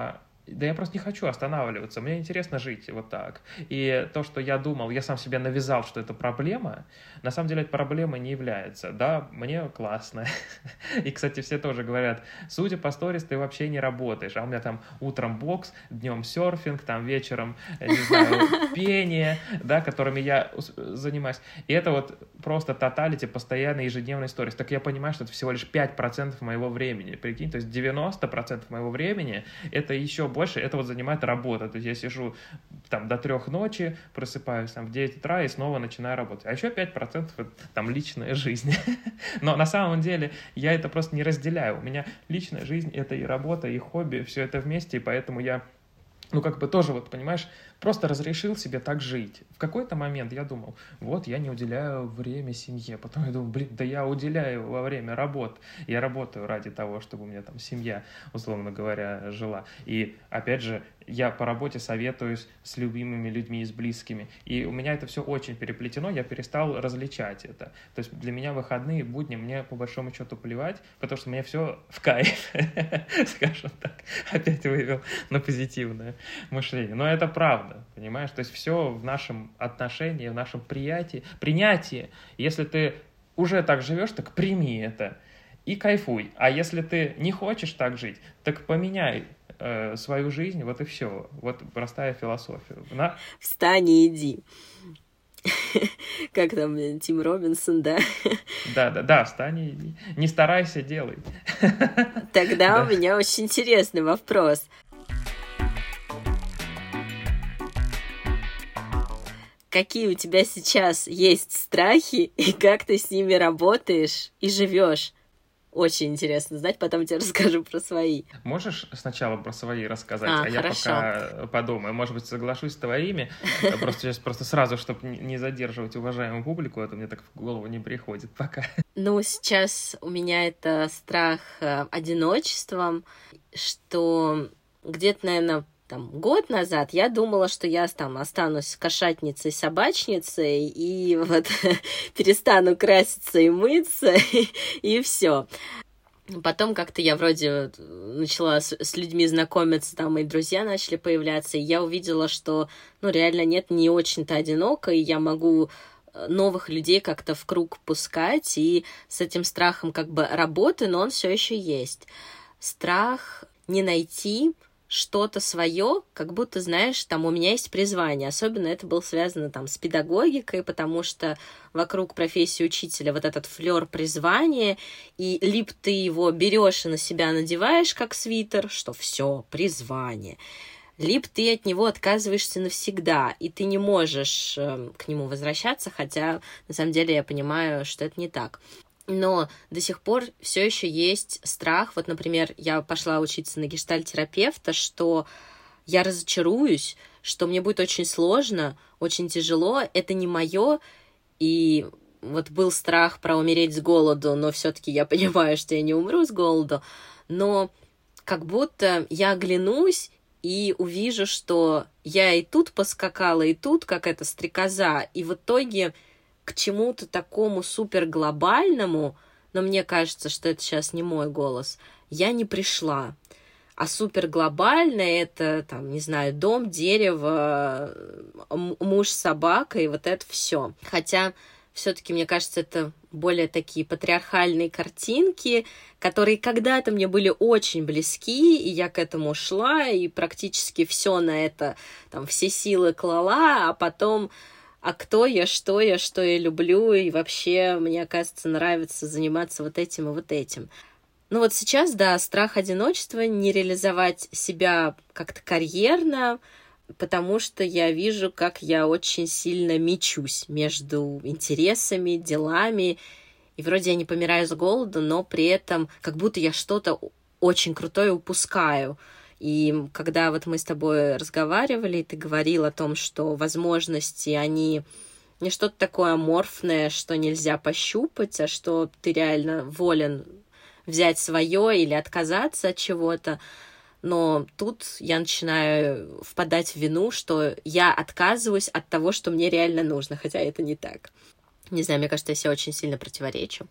Да я просто не хочу останавливаться, мне интересно жить вот так. И то, что я думал, я сам себе навязал, что это проблема, на самом деле это проблема не является. Да, мне классно. И, кстати, все тоже говорят, судя по сторис, ты вообще не работаешь. А у меня там утром бокс, днем серфинг, там вечером, не знаю, пение, да, которыми я занимаюсь. И это вот просто тоталити, постоянный ежедневный сторис. Так я понимаю, что это всего лишь 5% моего времени. Прикинь, то есть 90% моего времени это еще больше, это вот занимает работа. То есть я сижу там до 3 ночи, просыпаюсь там в 9 утра и снова начинаю работать. А еще 5% это там личная жизнь. Но на самом деле я это просто не разделяю. У меня личная жизнь — это и работа, и хобби, все это вместе, и поэтому я тоже, вот, понимаешь, просто разрешил себе так жить. В какой-то момент я думал, вот, я не уделяю время семье. Потом я думал, да я уделяю во время работы. Я работаю ради того, чтобы у меня там семья, условно говоря, жила. И, опять же, я по работе советуюсь с любимыми людьми и с близкими. И у меня это все очень переплетено, я перестал различать это. То есть для меня выходные, будни, мне по большому счету плевать, потому что мне все в кайф, скажем так. Опять вывел на позитивное мышление. Но это правда, понимаешь? То есть все в нашем отношении, в нашем принятии. Если ты уже так живешь, так прими это и кайфуй. А если ты не хочешь так жить, так поменяй свою жизнь, вот и все. Вот простая философия. Встань и иди. Как там Тим Робинсон, да? Да, встань и иди. Не старайся, делай. Тогда у меня очень интересный вопрос. Какие у тебя сейчас есть страхи, и как ты с ними работаешь и живешь? Очень интересно знать, потом тебе расскажу про свои. Можешь сначала про свои рассказать, а я хорошо. пока подумаю. Может быть, соглашусь с твоими. Просто сразу, чтобы не задерживать уважаемую публику, это мне так в голову не приходит пока. Сейчас у меня это страх одиночеством, что где-то, наверное, год назад я думала, что я там останусь кошатницей-собачницей и вот перестану краситься и мыться, и все. Потом как-то я вроде начала с людьми знакомиться, там и друзья начали появляться, и я увидела, что, реально нет, не очень-то одиноко, и я могу новых людей как-то в круг пускать, и с этим страхом как бы работаю, но он все еще есть. Страх не найти что-то свое, как будто, знаешь, там у меня есть призвание. Особенно это было связано там с педагогикой, потому что вокруг профессии учителя вот этот флёр призвания, и либо ты его берешь и на себя надеваешь как свитер, что все призвание, либо ты от него отказываешься навсегда, и ты не можешь к нему возвращаться, хотя на самом деле я понимаю, что это не так. Но до сих пор все еще есть страх. Вот, например, я пошла учиться на гештальт-терапевта, что я разочаруюсь, что мне будет очень сложно, очень тяжело, это не мое. И вот был страх про умереть с голоду, но все-таки я понимаю, что я не умру с голоду. Но как будто я оглянусь и увижу, что я и тут поскакала, и тут, как эта стрекоза, и в итоге к чему-то такому суперглобальному, но мне кажется, что это сейчас не мой голос, я не пришла. А суперглобальное — это, там, не знаю, дом, дерево, муж с собакой, вот это все. Хотя все-таки, мне кажется, это более такие патриархальные картинки, которые когда-то мне были очень близки, и я к этому шла, и практически все на это, там, все силы клала, а потом... А кто я, что я люблю, и вообще, мне, кажется, нравится заниматься вот этим и вот этим. Вот сейчас, да, страх одиночества, не реализовать себя как-то карьерно, потому что я вижу, как я очень сильно мечусь между интересами, делами, и вроде я не помираю с голоду, но при этом как будто я что-то очень крутое упускаю. И когда вот мы с тобой разговаривали, и ты говорил о том, что возможности, они не что-то такое аморфное, что нельзя пощупать, а что ты реально волен взять свое или отказаться от чего-то. Но тут я начинаю впадать в вину, что я отказываюсь от того, что мне реально нужно, хотя это не так. Не знаю, мне кажется, я себе очень сильно противоречу.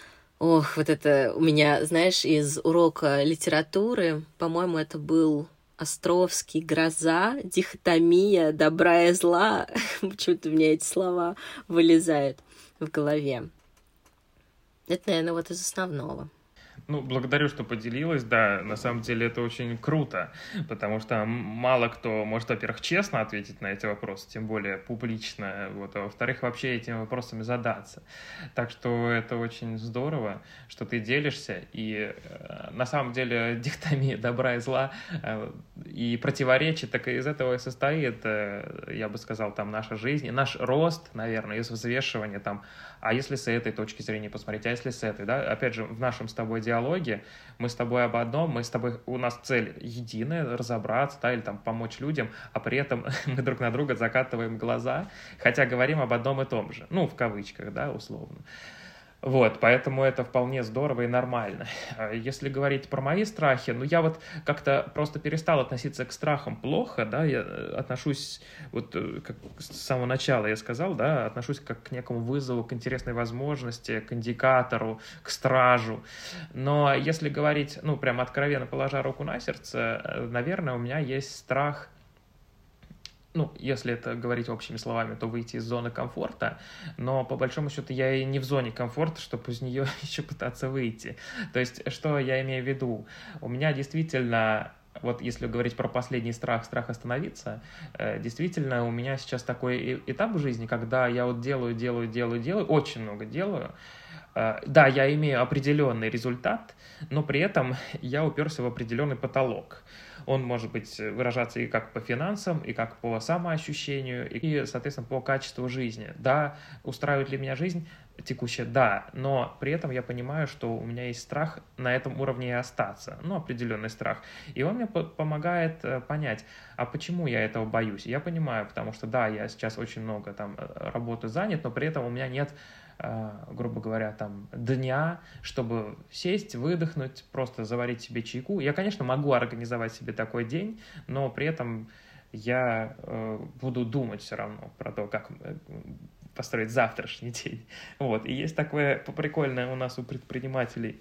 Ох, вот это у меня, знаешь, из урока литературы, по-моему, это был Островский, гроза, дихотомия, добра и зла. Почему-то у меня эти слова вылезают в голове. Это, наверное, вот из основного. Ну, благодарю, что поделилась, да, на самом деле это очень круто, потому что мало кто может, во-первых, честно ответить на эти вопросы, тем более публично, вот, а во-вторых, вообще этими вопросами задаться. Так что это очень здорово, что ты делишься, и на самом деле дихотомия добра и зла и противоречий, так и из этого и состоит, я бы сказал, там, наша жизнь, и наш рост, наверное, из взвешивания, там, а если с этой точки зрения посмотреть, а если с этой, да, опять же, в нашем с тобой диалоге мы с тобой об одном, у нас цель единая, разобраться, да, или там помочь людям, а при этом мы друг на друга закатываем глаза, хотя говорим об одном и том же, ну, в кавычках, да, условно. Вот, поэтому это вполне здорово и нормально. Если говорить про мои страхи, ну, я вот как-то просто перестал относиться к страхам плохо, да, я отношусь, вот как с самого начала я сказал, да, отношусь как к некому вызову, к интересной возможности, к индикатору, к стражу. Но если говорить, ну, прям откровенно положа руку на сердце, наверное, у меня есть страх, ну, если это говорить общими словами, то выйти из зоны комфорта, но по большому счету я и не в зоне комфорта, чтобы из нее еще пытаться выйти. То есть, что я имею в виду? У меня действительно, вот если говорить про последний страх остановиться, действительно у меня сейчас такой этап в жизни, когда я вот делаю, очень много делаю. Да, я имею определенный результат, но при этом я уперся в определенный потолок. Он может быть выражаться и как по финансам, и как по самоощущению, и, соответственно, по качеству жизни. Да, устраивает ли меня жизнь текущая? Да, но при этом я понимаю, что у меня есть страх на этом уровне и остаться, ну, определенный страх. И он мне помогает понять, а почему я этого боюсь. Я понимаю, потому что, да, я сейчас очень много там работы занят, но при этом у меня нет, грубо говоря, там, дня, чтобы сесть, выдохнуть, просто заварить себе чайку. Я, конечно, могу организовать себе такой день, но при этом я буду думать все равно про то, как построить завтрашний день. Вот. И есть такое прикольное у нас у предпринимателей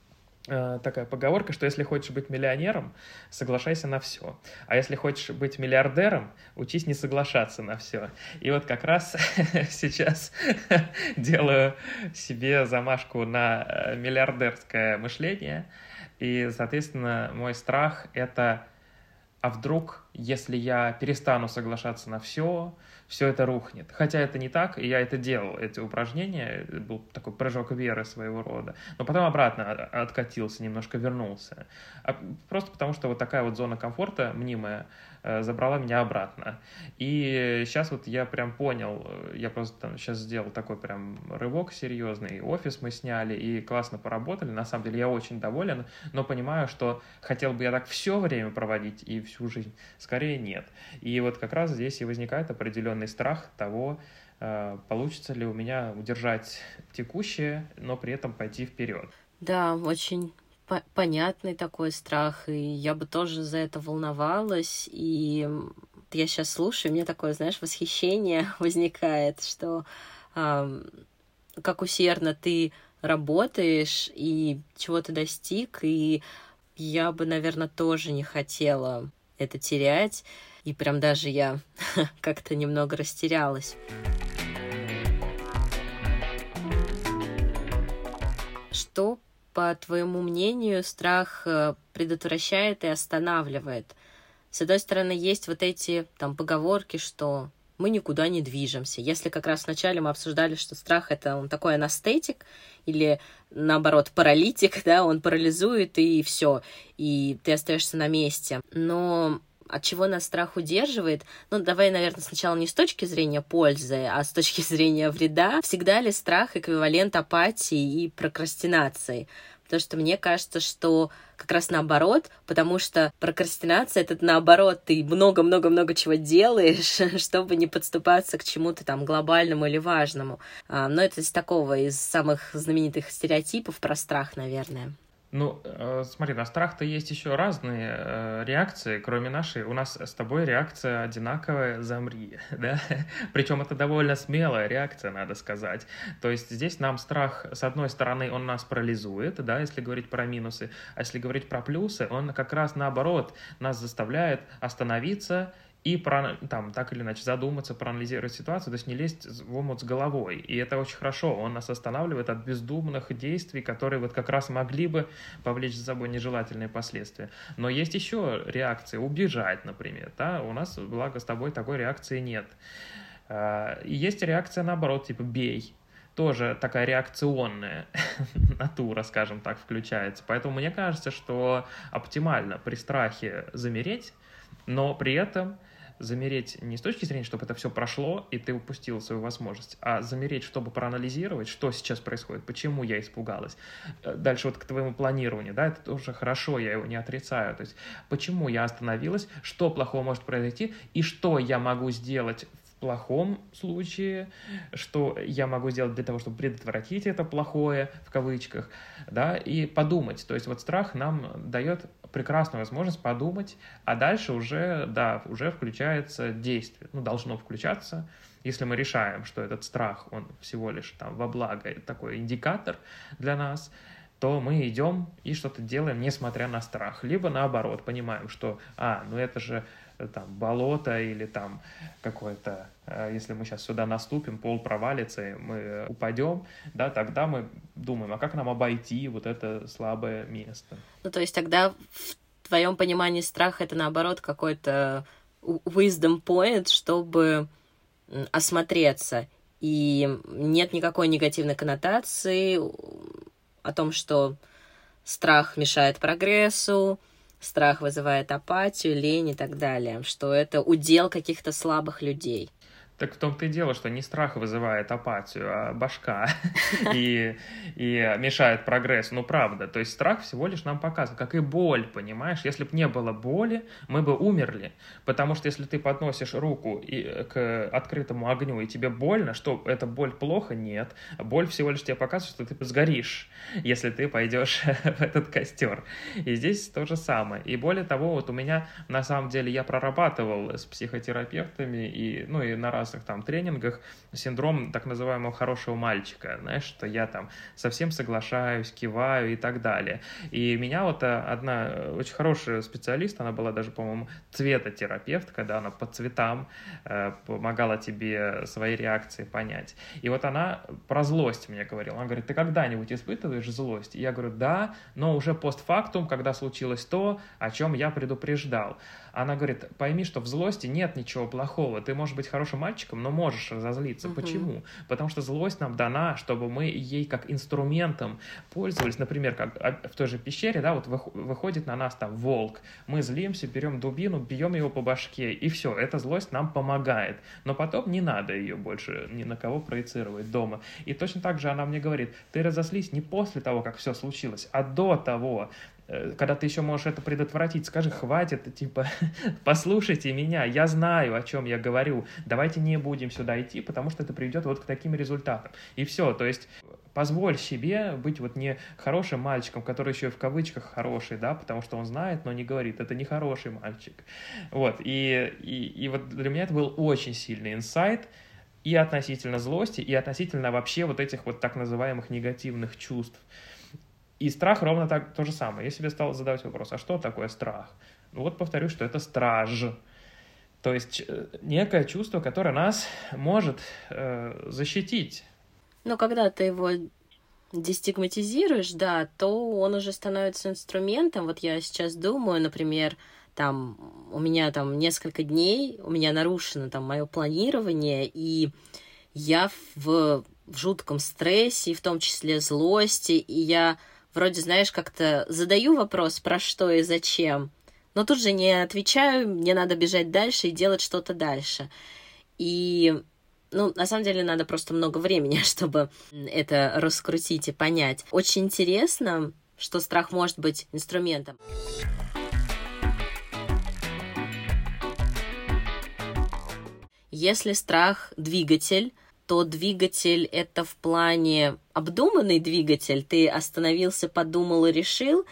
такая поговорка, что если хочешь быть миллионером, соглашайся на все. А если хочешь быть миллиардером, учись не соглашаться на все. И вот как раз сейчас делаю себе замашку на миллиардерское мышление. И, соответственно, мой страх — это: а вдруг, если я перестану соглашаться на все это рухнет. Хотя это не так, и я это делал, эти упражнения, это был такой прыжок веры своего рода. Но потом обратно откатился, немножко вернулся. Просто потому, что вот такая вот зона комфорта мнимая забрала меня обратно. И сейчас вот я прям понял, я просто там сейчас сделал такой прям рывок серьезный, офис мы сняли и классно поработали, на самом деле я очень доволен, но понимаю, что хотел бы я так все время проводить и всю жизнь, скорее нет. И вот как раз здесь и возникает определенный страх того, получится ли у меня удержать текущее, но при этом пойти вперед. Да, очень понятный такой страх, и я бы тоже за это волновалась, и я сейчас слушаю, у меня такое, знаешь, восхищение возникает, что как усердно ты работаешь и чего ты достиг, и я бы, наверное, тоже не хотела это терять, и прям даже я как-то немного растерялась. Что, по твоему мнению, страх предотвращает и останавливает? С одной стороны, есть вот эти там поговорки, что мы никуда не движемся. Если как раз вначале мы обсуждали, что страх — это он такой анестетик, или наоборот паралитик, да, он парализует, и все, и ты остаешься на месте. Но от чего нас страх удерживает? Ну, давай, наверное, сначала не с точки зрения пользы, а с точки зрения вреда. Всегда ли страх эквивалент апатии и прокрастинации? Потому что мне кажется, что как раз наоборот, потому что прокрастинация — это наоборот, ты много-много-много чего делаешь, чтобы не подступаться к чему-то там глобальному или важному. Но это из такого, из самых знаменитых стереотипов про страх, наверное. Ну, смотри, на страх-то есть еще разные реакции, кроме нашей. У нас с тобой реакция одинаковая «замри», да? Причем это довольно смелая реакция, надо сказать. То есть здесь нам страх, с одной стороны, он нас парализует, да, если говорить про минусы, а если говорить про плюсы, он как раз наоборот нас заставляет остановиться и там, так или иначе задуматься, проанализировать ситуацию, то есть не лезть в омут с головой. И это очень хорошо, он нас останавливает от бездумных действий, которые вот как раз могли бы повлечь за собой нежелательные последствия. Но есть еще реакция убежать, например. Да? У нас, благо, с тобой такой реакции нет. И есть реакция наоборот, типа «бей». Тоже такая реакционная натура, скажем так, включается. Поэтому мне кажется, что оптимально при страхе замереть, но при этом замереть не с точки зрения, чтобы это все прошло, и ты упустил свою возможность, а замереть, чтобы проанализировать, что сейчас происходит, почему я испугалась. Дальше вот к твоему планированию, да, это тоже хорошо, я его не отрицаю. То есть почему я остановилась, что плохого может произойти, и что я могу сделать в плохом случае, что я могу сделать для того, чтобы предотвратить это плохое, в кавычках, да, и подумать. То есть вот страх нам дает прекрасную возможность подумать, а дальше уже, да, уже включается действие. Ну, должно включаться, если мы решаем, что этот страх, он всего лишь там во благо, такой индикатор для нас, то мы идем и что-то делаем, несмотря на страх. Либо наоборот, понимаем, что, ну это же там болото или там какое-то, если мы сейчас сюда наступим, пол провалится, и мы упадем, да, тогда мы думаем, а как нам обойти вот это слабое место? Ну, то есть тогда в твоем понимании страх — это, наоборот, какой-то wisdom point, чтобы осмотреться, и нет никакой негативной коннотации о том, что страх мешает прогрессу, страх вызывает апатию, лень и так далее, что это удел каких-то слабых людей. Так в том-то и дело, что не страх вызывает апатию, а башка и мешает прогрессу. Ну, правда. То есть страх всего лишь нам показывает, как и боль, понимаешь? Если бы не было боли, мы бы умерли. Потому что если ты подносишь руку к открытому огню, и тебе больно, что эта боль плохо? Нет. Боль всего лишь тебе показывает, что ты сгоришь, если ты пойдешь в этот костер. И здесь то же самое. И более того, вот у меня, на самом деле, я прорабатывал с психотерапевтами и на разных там тренингах синдром так называемого хорошего мальчика, знаешь, что я там совсем соглашаюсь, киваю и так далее. И меня вот одна очень хорошая специалист, она была даже, по-моему, цветотерапевт, когда она по цветам помогала тебе свои реакции понять. И вот она про злость мне говорила. Она говорит, ты когда-нибудь испытываешь злость? И я говорю, да, но уже постфактум, когда случилось то, о чем я предупреждал. Она говорит, пойми, что в злости нет ничего плохого. Ты можешь быть хорошим мальчиком, но можешь разозлиться. Почему? Потому что злость нам дана, чтобы мы ей как инструментом пользовались. Например, как в той же пещере, да, вот выходит на нас там волк. Мы злимся, берем дубину, бьем его по башке, и все, эта злость нам помогает. Но потом не надо ее больше ни на кого проецировать дома. И точно так же она мне говорит, ты разозлись не после того, как все случилось, а до того, когда ты еще можешь это предотвратить. Скажи, хватит, типа, послушайте меня, я знаю, о чем я говорю, давайте не будем сюда идти, потому что это приведет вот к таким результатам. И все, то есть позволь себе быть вот не хорошим мальчиком, который еще и в кавычках хороший, да, потому что он знает, но не говорит, это не хороший мальчик. Вот, и вот для меня это был очень сильный инсайт, и относительно злости, и относительно вообще вот этих вот так называемых негативных чувств. И страх ровно так, то же самое. Я себе стал задавать вопрос, а что такое страх? Ну вот повторюсь, что это страж. То есть некое чувство, которое нас может защитить. Но когда ты его дестигматизируешь, да, то он уже становится инструментом. Вот я сейчас думаю, например, там у меня там несколько дней, у меня нарушено там мое планирование, и я в жутком стрессе, в том числе злости, и я вроде, знаешь, как-то задаю вопрос, про что и зачем, но тут же не отвечаю, мне надо бежать дальше и делать что-то дальше. И, на самом деле, надо просто много времени, чтобы это раскрутить и понять. Очень интересно, что страх может быть инструментом. Если страх — двигатель, что двигатель — это в плане обдуманный двигатель, ты остановился, подумал и решил,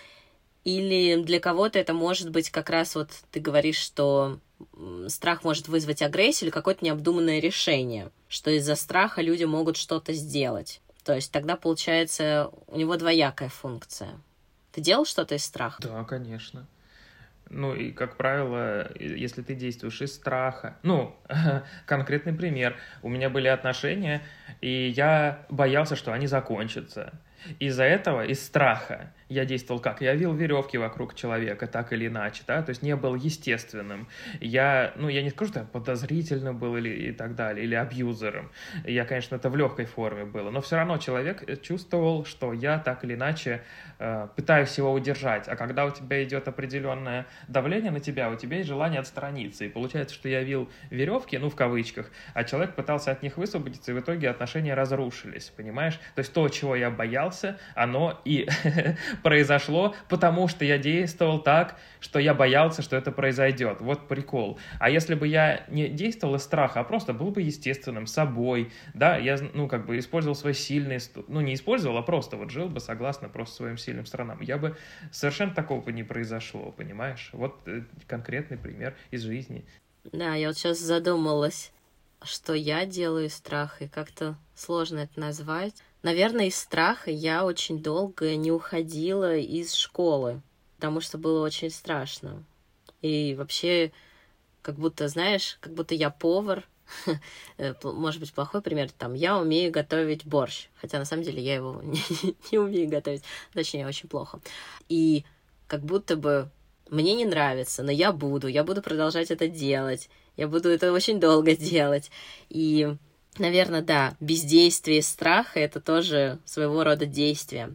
или для кого-то это может быть как раз вот ты говоришь, что страх может вызвать агрессию или какое-то необдуманное решение, что из-за страха люди могут что-то сделать. То есть тогда, получается, у него двоякая функция. Ты делал что-то из страха? Да, конечно. Ну, и, как правило, если ты действуешь из страха... конкретный пример. У меня были отношения, и я боялся, что они закончатся. Из-за этого, из страха, я действовал как? Я вил веревки вокруг человека, так или иначе, да, то есть не был естественным. Я не скажу, что я подозрительным был и так далее, или абьюзером. Я, конечно, это в легкой форме было, но все равно человек чувствовал, что я так или иначе пытаюсь его удержать. А когда у тебя идет определенное давление на тебя, у тебя есть желание отстраниться. И получается, что я вил веревки, в кавычках, а человек пытался от них высвободиться, и в итоге отношения разрушились, понимаешь? То есть то, чего я боялся, оно и произошло, потому что я действовал так, что я боялся, что это произойдет. Вот прикол. А если бы я не действовал из страха, а просто был бы естественным, собой, да, я, использовал свои сильные, не использовал, а просто вот жил бы согласно просто своим сильным сторонам, я бы совершенно такого бы не произошло, понимаешь? Вот конкретный пример из жизни. Да, я вот сейчас задумалась, что я делаю из страха, и как-то сложно это назвать. Наверное, из страха я очень долго не уходила из школы, потому что было очень страшно. И вообще, как будто я повар. Может быть, плохой пример. Я умею готовить борщ. Хотя, на самом деле, я его не умею готовить. Точнее, очень плохо. И как будто бы мне не нравится, но я буду продолжать это делать. Я буду это очень долго делать. И... наверное, да, бездействие и страх — это тоже своего рода действие.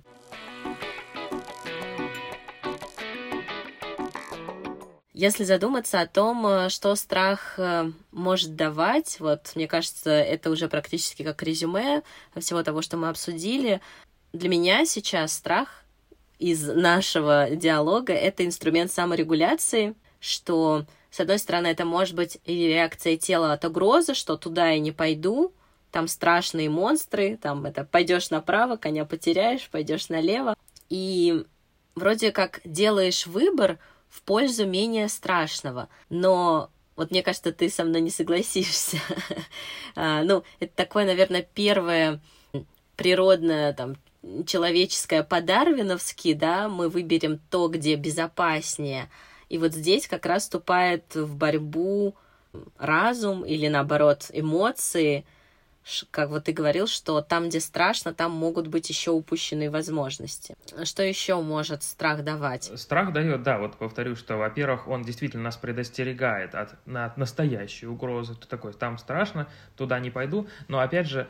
Если задуматься о том, что страх может давать, мне кажется, это уже практически как резюме всего того, что мы обсудили. Для меня сейчас страх из нашего диалога — это инструмент саморегуляции, что... с одной стороны, это может быть и реакция тела от угрозы, что туда я не пойду, там страшные монстры, пойдешь направо, коня потеряешь, пойдешь налево. И вроде как делаешь выбор в пользу менее страшного. Но мне кажется, ты со мной не согласишься. Это такое, наверное, первое природное, человеческое по-дарвиновски, да, мы выберем то, где безопаснее. И вот здесь как раз вступает в борьбу разум или, наоборот, эмоции. Как ты говорил, что там, где страшно, там могут быть еще упущенные возможности. Что еще может страх давать? Страх дает, повторю, что, во-первых, он действительно нас предостерегает от настоящей угрозы. Ты такой, там страшно, туда не пойду. Но, опять же,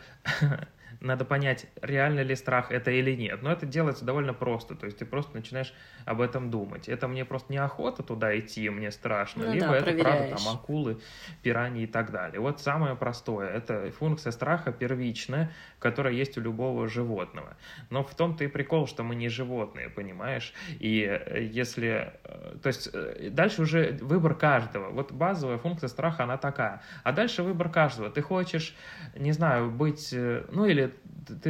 надо понять, реально ли страх это или нет. Но это делается довольно просто. То есть ты просто начинаешь об этом думать. Это мне просто неохота туда идти, мне страшно. Либо это правда акулы, пираньи и так далее. Вот самое простое. Это функция страха первичная, которая есть у любого животного. Но в том-то и прикол, что мы не животные, понимаешь? И если... То есть дальше уже выбор каждого. Вот базовая функция страха, она такая. А дальше выбор каждого. Ты хочешь, не знаю, быть... или ты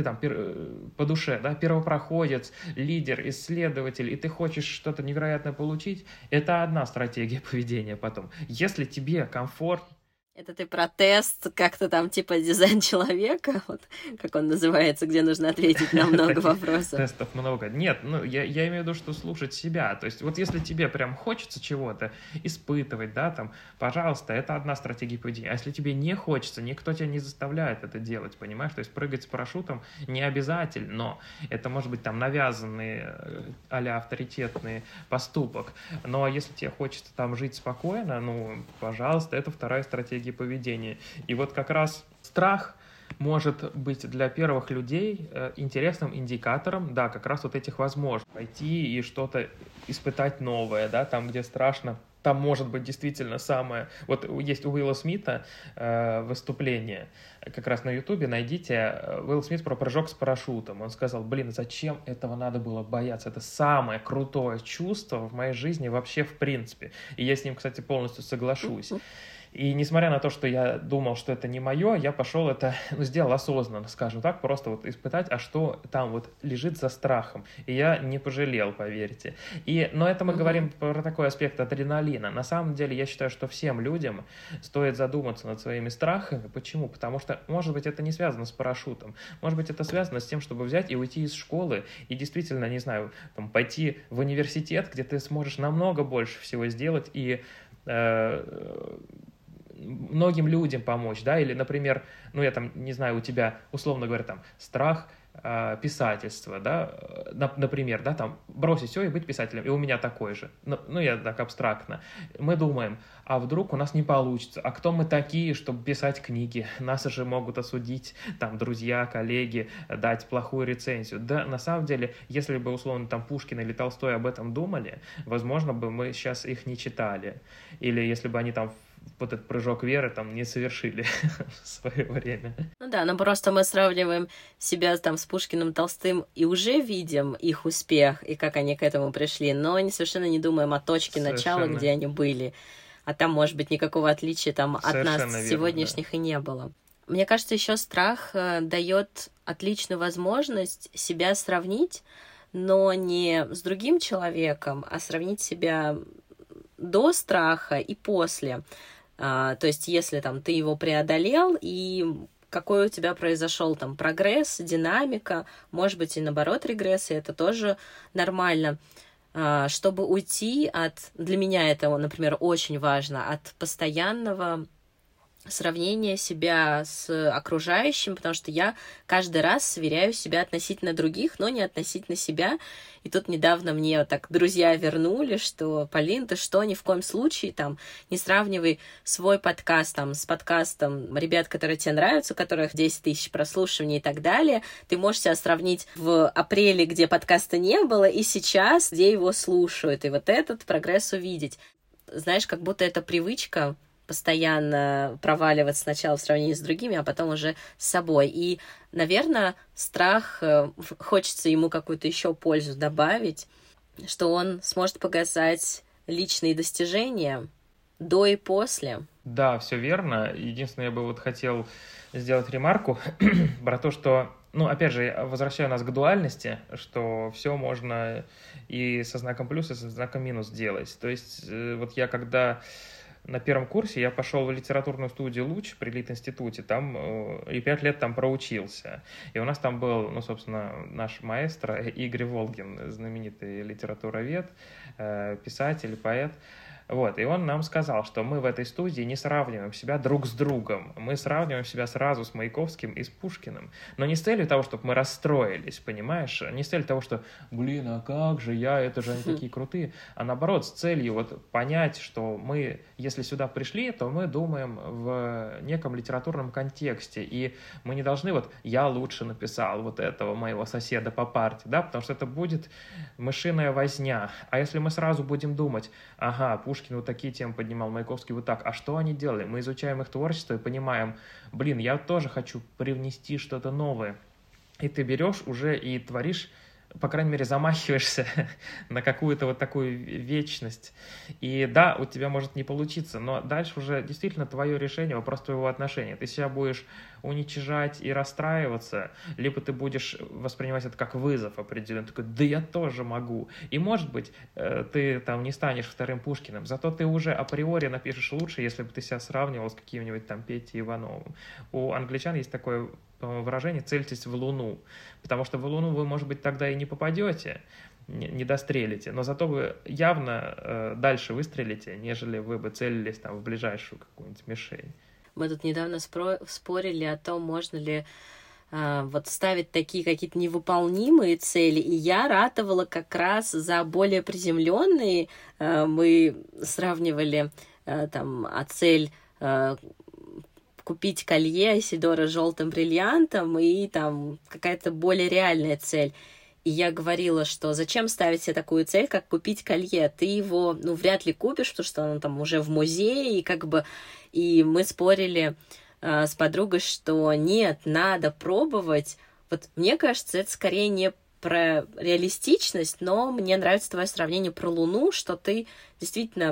по душе, да, первопроходец, лидер, исследователь, и ты хочешь что-то невероятное получить, это одна стратегия поведения потом. Если тебе комфортно, Это ты про тест, как-то там типа дизайн человека, вот как он называется, где нужно ответить на много вопросов. Тестов много. Нет, я имею в виду, что слушать себя. То есть вот если тебе прям хочется чего-то испытывать, да, там, пожалуйста, это одна стратегия поведения. А если тебе не хочется, никто тебя не заставляет это делать, понимаешь? То есть прыгать с парашютом не обязательно, но это может быть там навязанный а-ля авторитетный поступок. Но если тебе хочется там жить спокойно, пожалуйста, это вторая стратегия поведения. И вот как раз страх может быть для первых людей интересным индикатором, да, как раз вот этих возможностей. Пойти и что-то испытать новое, да, там, где страшно, там может быть действительно самое... Вот есть у Уилла Смита выступление, как раз на Ютубе, найдите, Уилл Смит про прыжок с парашютом. Он сказал, зачем этого надо было бояться? Это самое крутое чувство в моей жизни вообще в принципе. И я с ним, кстати, полностью соглашусь. И несмотря на то, что я думал, что это не мое, я пошел это, сделал осознанно, скажем так, просто вот испытать, а что там вот лежит за страхом. И я не пожалел, поверьте. Но это мы говорим про такой аспект адреналина. На самом деле, я считаю, что всем людям стоит задуматься над своими страхами. Почему? Потому что, может быть, это не связано с парашютом. Может быть, это связано с тем, чтобы взять и уйти из школы и действительно, не знаю, там, пойти в университет, где ты сможешь намного больше всего сделать и многим людям помочь, да, или, например, я там, не знаю, у тебя, условно говоря, там, страх писательства, да, например, да, там, бросить все и быть писателем, и у меня такой же, я так абстрактно, мы думаем, а вдруг у нас не получится, а кто мы такие, чтобы писать книги, нас же могут осудить, там, друзья, коллеги, дать плохую рецензию, да, на самом деле, если бы, условно, там, Пушкин или Толстой об этом думали, возможно бы мы сейчас их не читали, или если бы они там вот этот прыжок веры там не совершили в свое время. Но просто мы сравниваем себя там с Пушкиным, Толстым и уже видим их успех и как они к этому пришли, но совершенно не думаем о точке начала, где они были. А там, может быть, никакого отличия там от нас сегодняшних и не было. Мне кажется, еще страх дает отличную возможность себя сравнить, но не с другим человеком, а сравнить себя до страха и после. То есть, если там ты его преодолел, и какой у тебя произошел там прогресс, динамика, может быть, и наоборот регресс, и это тоже нормально. Чтобы уйти для меня это, например, очень важно, от постоянного сравнения себя с окружающим, потому что я каждый раз сверяю себя относительно других, но не относительно себя. И тут недавно мне так друзья вернули, что, Полин, ты что, ни в коем случае там не сравнивай свой подкаст там с подкастом ребят, которые тебе нравятся, у которых 10 тысяч прослушиваний и так далее. Ты можешь себя сравнить в апреле, где подкаста не было, и сейчас, где его слушают, и вот этот прогресс увидеть. Знаешь, как будто это привычка постоянно проваливаться сначала в сравнении с другими, а потом уже с собой. И, наверное, страх, хочется ему какую-то еще пользу добавить, что он сможет показать личные достижения до и после. Да, все верно. Единственное, я бы вот хотел сделать ремарку про то, что, опять же, я возвращаю нас к дуальности, что все можно и со знаком плюс, и со знаком минус делать. То есть вот я когда на первом курсе я пошел в литературную студию «Луч» при Лит-институте, там и 5 лет там проучился. И у нас там был, собственно, наш маэстро Игорь Волгин, знаменитый литературовед, писатель, поэт. Вот, и он нам сказал, что мы в этой студии не сравниваем себя друг с другом, мы сравниваем себя сразу с Маяковским и с Пушкиным, но не с целью того, чтобы мы расстроились, понимаешь, не с целью того, что, а как же я, это же они такие крутые, а наоборот, с целью вот понять, что мы, если сюда пришли, то мы думаем в неком литературном контексте, и мы не должны я лучше написал вот этого моего соседа по парте, да, потому что это будет мышиная возня, а если мы сразу будем думать, Пушкин вот такие темы поднимал, Маяковский вот так. А что они делали? Мы изучаем их творчество и понимаем, я тоже хочу привнести что-то новое. И ты берешь уже и творишь, по крайней мере, замахиваешься на какую-то вот такую вечность. И да, у тебя может не получиться, но дальше уже действительно твое решение, вопрос твоего отношения. Ты себя будешь уничижать и расстраиваться, либо ты будешь воспринимать это как вызов определенный, такой, да я тоже могу. И может быть, ты там не станешь вторым Пушкиным, зато ты уже априори напишешь лучше, если бы ты себя сравнивал с каким-нибудь там Петей Ивановым. У англичан есть такое выражение «цельтесь в Луну», потому что в Луну вы, может быть, тогда и не попадете, не дострелите, но зато вы явно дальше выстрелите, нежели вы бы целились там в ближайшую какую-нибудь мишень. Мы тут недавно спорили о том, можно ли ставить такие какие-то невыполнимые цели, и я ратовала как раз за более приземленные. Мы сравнивали цель купить колье Айседора с желтым бриллиантом и там какая-то более реальная цель. И я говорила, что зачем ставить себе такую цель, как купить колье? Ты его, вряд ли купишь, потому что оно там уже в музее, и мы спорили с подругой, что нет, надо пробовать. Вот мне кажется, это скорее не про реалистичность, но мне нравится твое сравнение про Луну, что ты действительно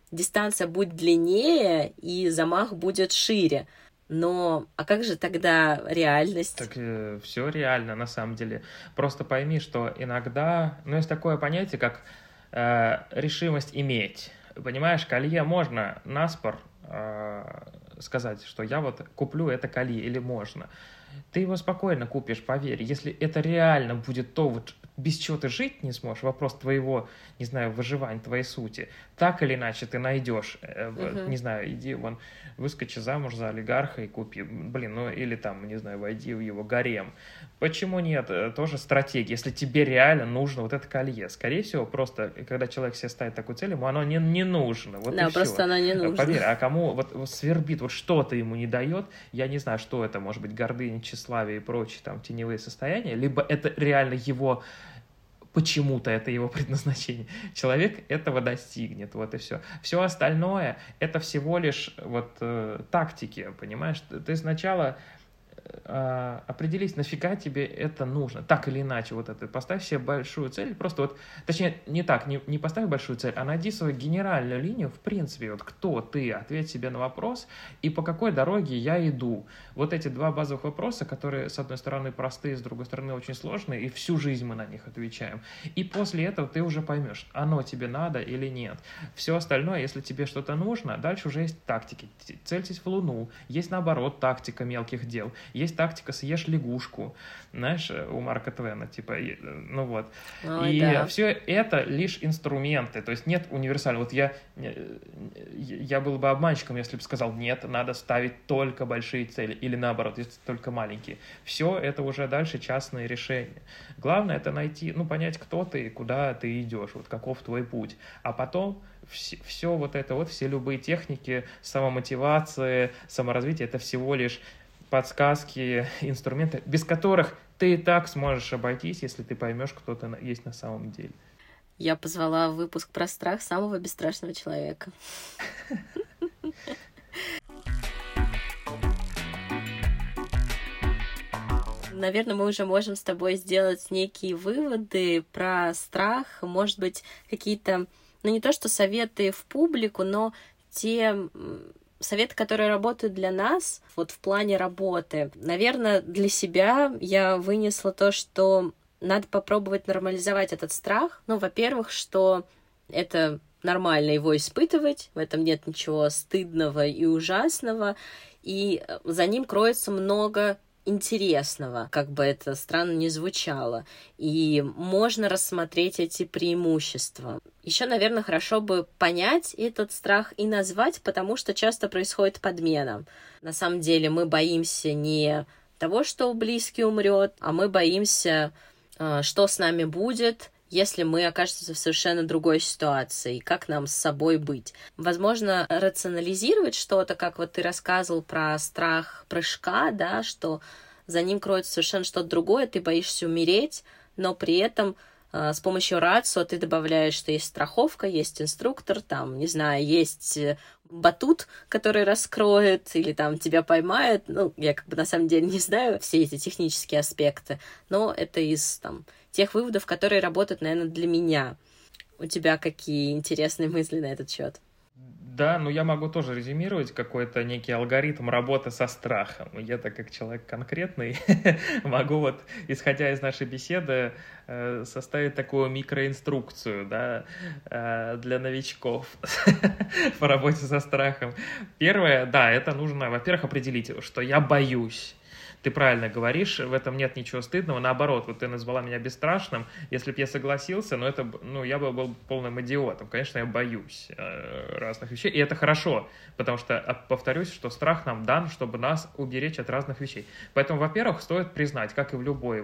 дистанция будет длиннее и замах будет шире. Но, а как же тогда реальность? Так все реально, на самом деле. Просто пойми, что иногда, есть такое понятие, как решимость иметь. Понимаешь, колье можно наспор сказать, что я вот куплю это колье, или можно. Ты его спокойно купишь, поверь. Если это реально будет то, вот, без чего ты жить не сможешь, вопрос твоего, не знаю, выживания, твоей сути, так или иначе ты найдешь, не знаю, иди вон, выскочи замуж за олигарха и купи, или там, не знаю, войди в его гарем. Почему нет? Тоже стратегия. Если тебе реально нужно вот это колье, скорее всего, просто, когда человек себе ставит такую цель, ему оно не нужно. Вот да, просто все. оно не нужно. Поверь, а кому вот свербит, вот что-то ему не дает, я не знаю, что это, может быть, гордыня, тщеславие и прочие там теневые состояния, либо это реально его, почему-то это его предназначение. Человек этого достигнет, вот и все. Все остальное это всего лишь вот тактики, понимаешь? Ты сначала определись, нафига тебе это нужно, так или иначе, вот это, поставь себе большую цель, просто вот, точнее, не так, не поставь большую цель, а найди свою генеральную линию, в принципе, вот кто ты, ответь себе на вопрос, и по какой дороге я иду. Вот эти два базовых вопроса, которые, с одной стороны, простые, с другой стороны, очень сложные, и всю жизнь мы на них отвечаем. И после этого ты уже поймешь, оно тебе надо или нет. Все остальное, если тебе что-то нужно, дальше уже есть тактики. Цельтесь в Луну, есть, наоборот, тактика мелких дел, есть тактика «съешь лягушку», знаешь, у Марка Твена, типа, ну вот. Ой, и да. все это лишь инструменты, то есть нет универсального. Вот я был бы обманщиком, если бы сказал, нет, надо ставить только большие цели, или наоборот, если только маленькие. Все это уже дальше частные решения. Главное это найти, понять, кто ты и куда ты идешь, вот каков твой путь. А потом все вот это вот, все любые техники самомотивации, саморазвития, это всего лишь подсказки, инструменты, без которых ты и так сможешь обойтись, если ты поймешь, кто ты есть на самом деле. Я позвала в выпуск про страх самого бесстрашного человека. Наверное, мы уже можем с тобой сделать некие выводы про страх, может быть, какие-то, не то что советы в публику, но те советы, которые работают для нас, вот в плане работы. Наверное, для себя я вынесла то, что надо попробовать нормализовать этот страх. Во-первых, что это нормально его испытывать, в этом нет ничего стыдного и ужасного, и за ним кроется много интересного, как бы это странно ни звучало, и можно рассмотреть эти преимущества. Еще, наверное, хорошо бы понять этот страх и назвать, потому что часто происходит подмена. На самом деле мы боимся не того, что близкий умрет, а мы боимся, что с нами будет, если мы окажемся в совершенно другой ситуации, как нам с собой быть. Возможно, рационализировать что-то, как вот ты рассказывал про страх прыжка, да, что за ним кроется совершенно что-то другое, ты боишься умереть, но при этом с помощью рацио ты добавляешь, что есть страховка, есть инструктор, там, не знаю, есть батут, который раскроет, или там тебя поймают. Я на самом деле не знаю все эти технические аспекты, но это из тех выводов, которые работают, наверное, для меня. У тебя какие интересные мысли на этот счет? Да, я могу тоже резюмировать какой-то некий алгоритм работы со страхом. Я, так как человек конкретный, могу исходя из нашей беседы, составить такую микроинструкцию, да, для новичков по работе со страхом. Первое, да, это нужно, во-первых, определить, что я боюсь. Ты правильно говоришь, в этом нет ничего стыдного. Наоборот, вот ты назвала меня бесстрашным. Если бы я согласился, я бы был полным идиотом. Конечно, я боюсь разных вещей. И это хорошо, потому что, повторюсь, что страх нам дан, чтобы нас уберечь от разных вещей. Поэтому, во-первых, стоит признать, как и в любой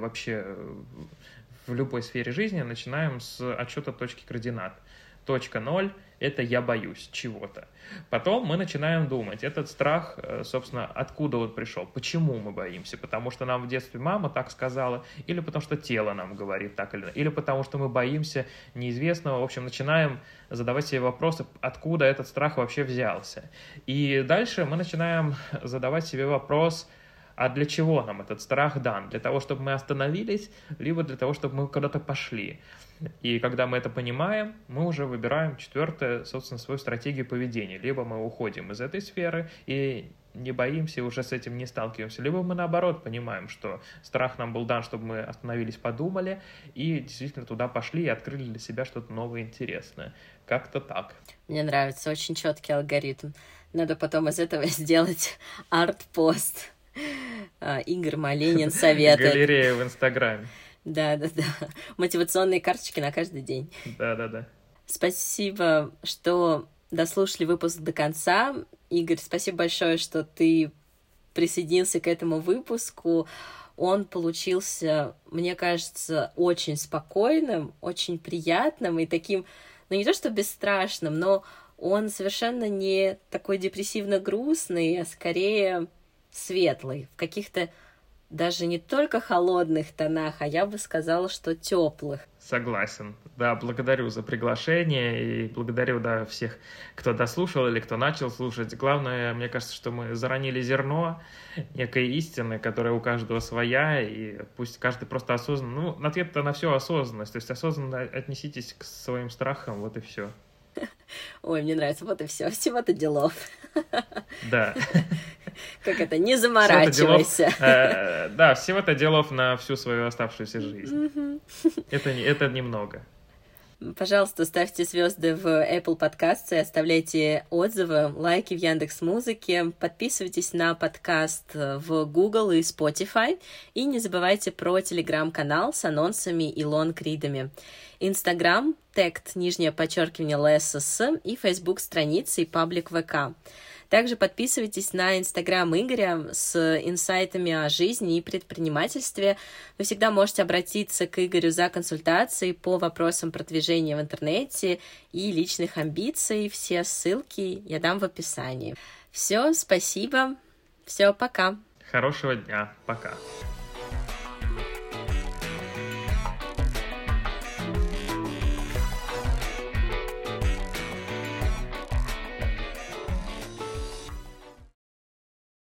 сфере жизни, начинаем с отсчета точки координат. Точка 0 – это я боюсь чего-то. Потом мы начинаем думать, этот страх, собственно, откуда он пришел, почему мы боимся, потому что нам в детстве мама так сказала, или потому что тело нам говорит так или потому что мы боимся неизвестного. В общем, начинаем задавать себе вопросы, откуда этот страх вообще взялся. И дальше мы начинаем задавать себе вопрос, А для чего нам этот страх дан? Для того, чтобы мы остановились, либо для того, чтобы мы куда-то пошли. И когда мы это понимаем, мы уже выбираем четвертое, собственно, свою стратегию поведения. Либо мы уходим из этой сферы и не боимся, уже с этим не сталкиваемся. Либо мы, наоборот, понимаем, что страх нам был дан, чтобы мы остановились, подумали, и действительно туда пошли и открыли для себя что-то новое, интересное. Как-то так. Мне нравится, очень четкий алгоритм. Надо потом из этого сделать арт-пост. Игорь Малинин советует. Галерея в Инстаграме. Да. Мотивационные карточки на каждый день. Да. Спасибо, что дослушали выпуск до конца. Игорь, спасибо большое, что ты присоединился к этому выпуску. Он получился, мне кажется, очень спокойным, очень приятным и таким, ну не то что бесстрашным, но он совершенно не такой депрессивно-грустный, а скорее светлый, в каких-то даже не только холодных тонах, а я бы сказала, что теплых. Согласен. Да, благодарю за приглашение и благодарю, всех, кто дослушал или кто начал слушать. Главное, мне кажется, что мы заронили зерно некой истины, которая у каждого своя, и пусть каждый просто осознанно... ответ-то на все осознанность. То есть осознанно отнеситесь к своим страхам, вот и все. Ой, мне нравится, вот и все. Всего-то делов. Да. Как это, не заморачивайся. Всего-то делов на всю свою оставшуюся жизнь. Это немного. Пожалуйста, ставьте звезды в Apple Podcasts и оставляйте отзывы, лайки в Яндекс.Музыке. Подписывайтесь на подкаст в Google и Spotify. И не забывайте про телеграм-канал с анонсами и лонг-ридами. Инстаграм, _Lessons и Фейсбук страницы и паблик ВК. Также подписывайтесь на Инстаграм Игоря с инсайтами о жизни и предпринимательстве. Вы всегда можете обратиться к Игорю за консультацией по вопросам продвижения в интернете и личных амбиций. Все ссылки я дам в описании. Все, спасибо. Все, пока. Хорошего дня. Пока.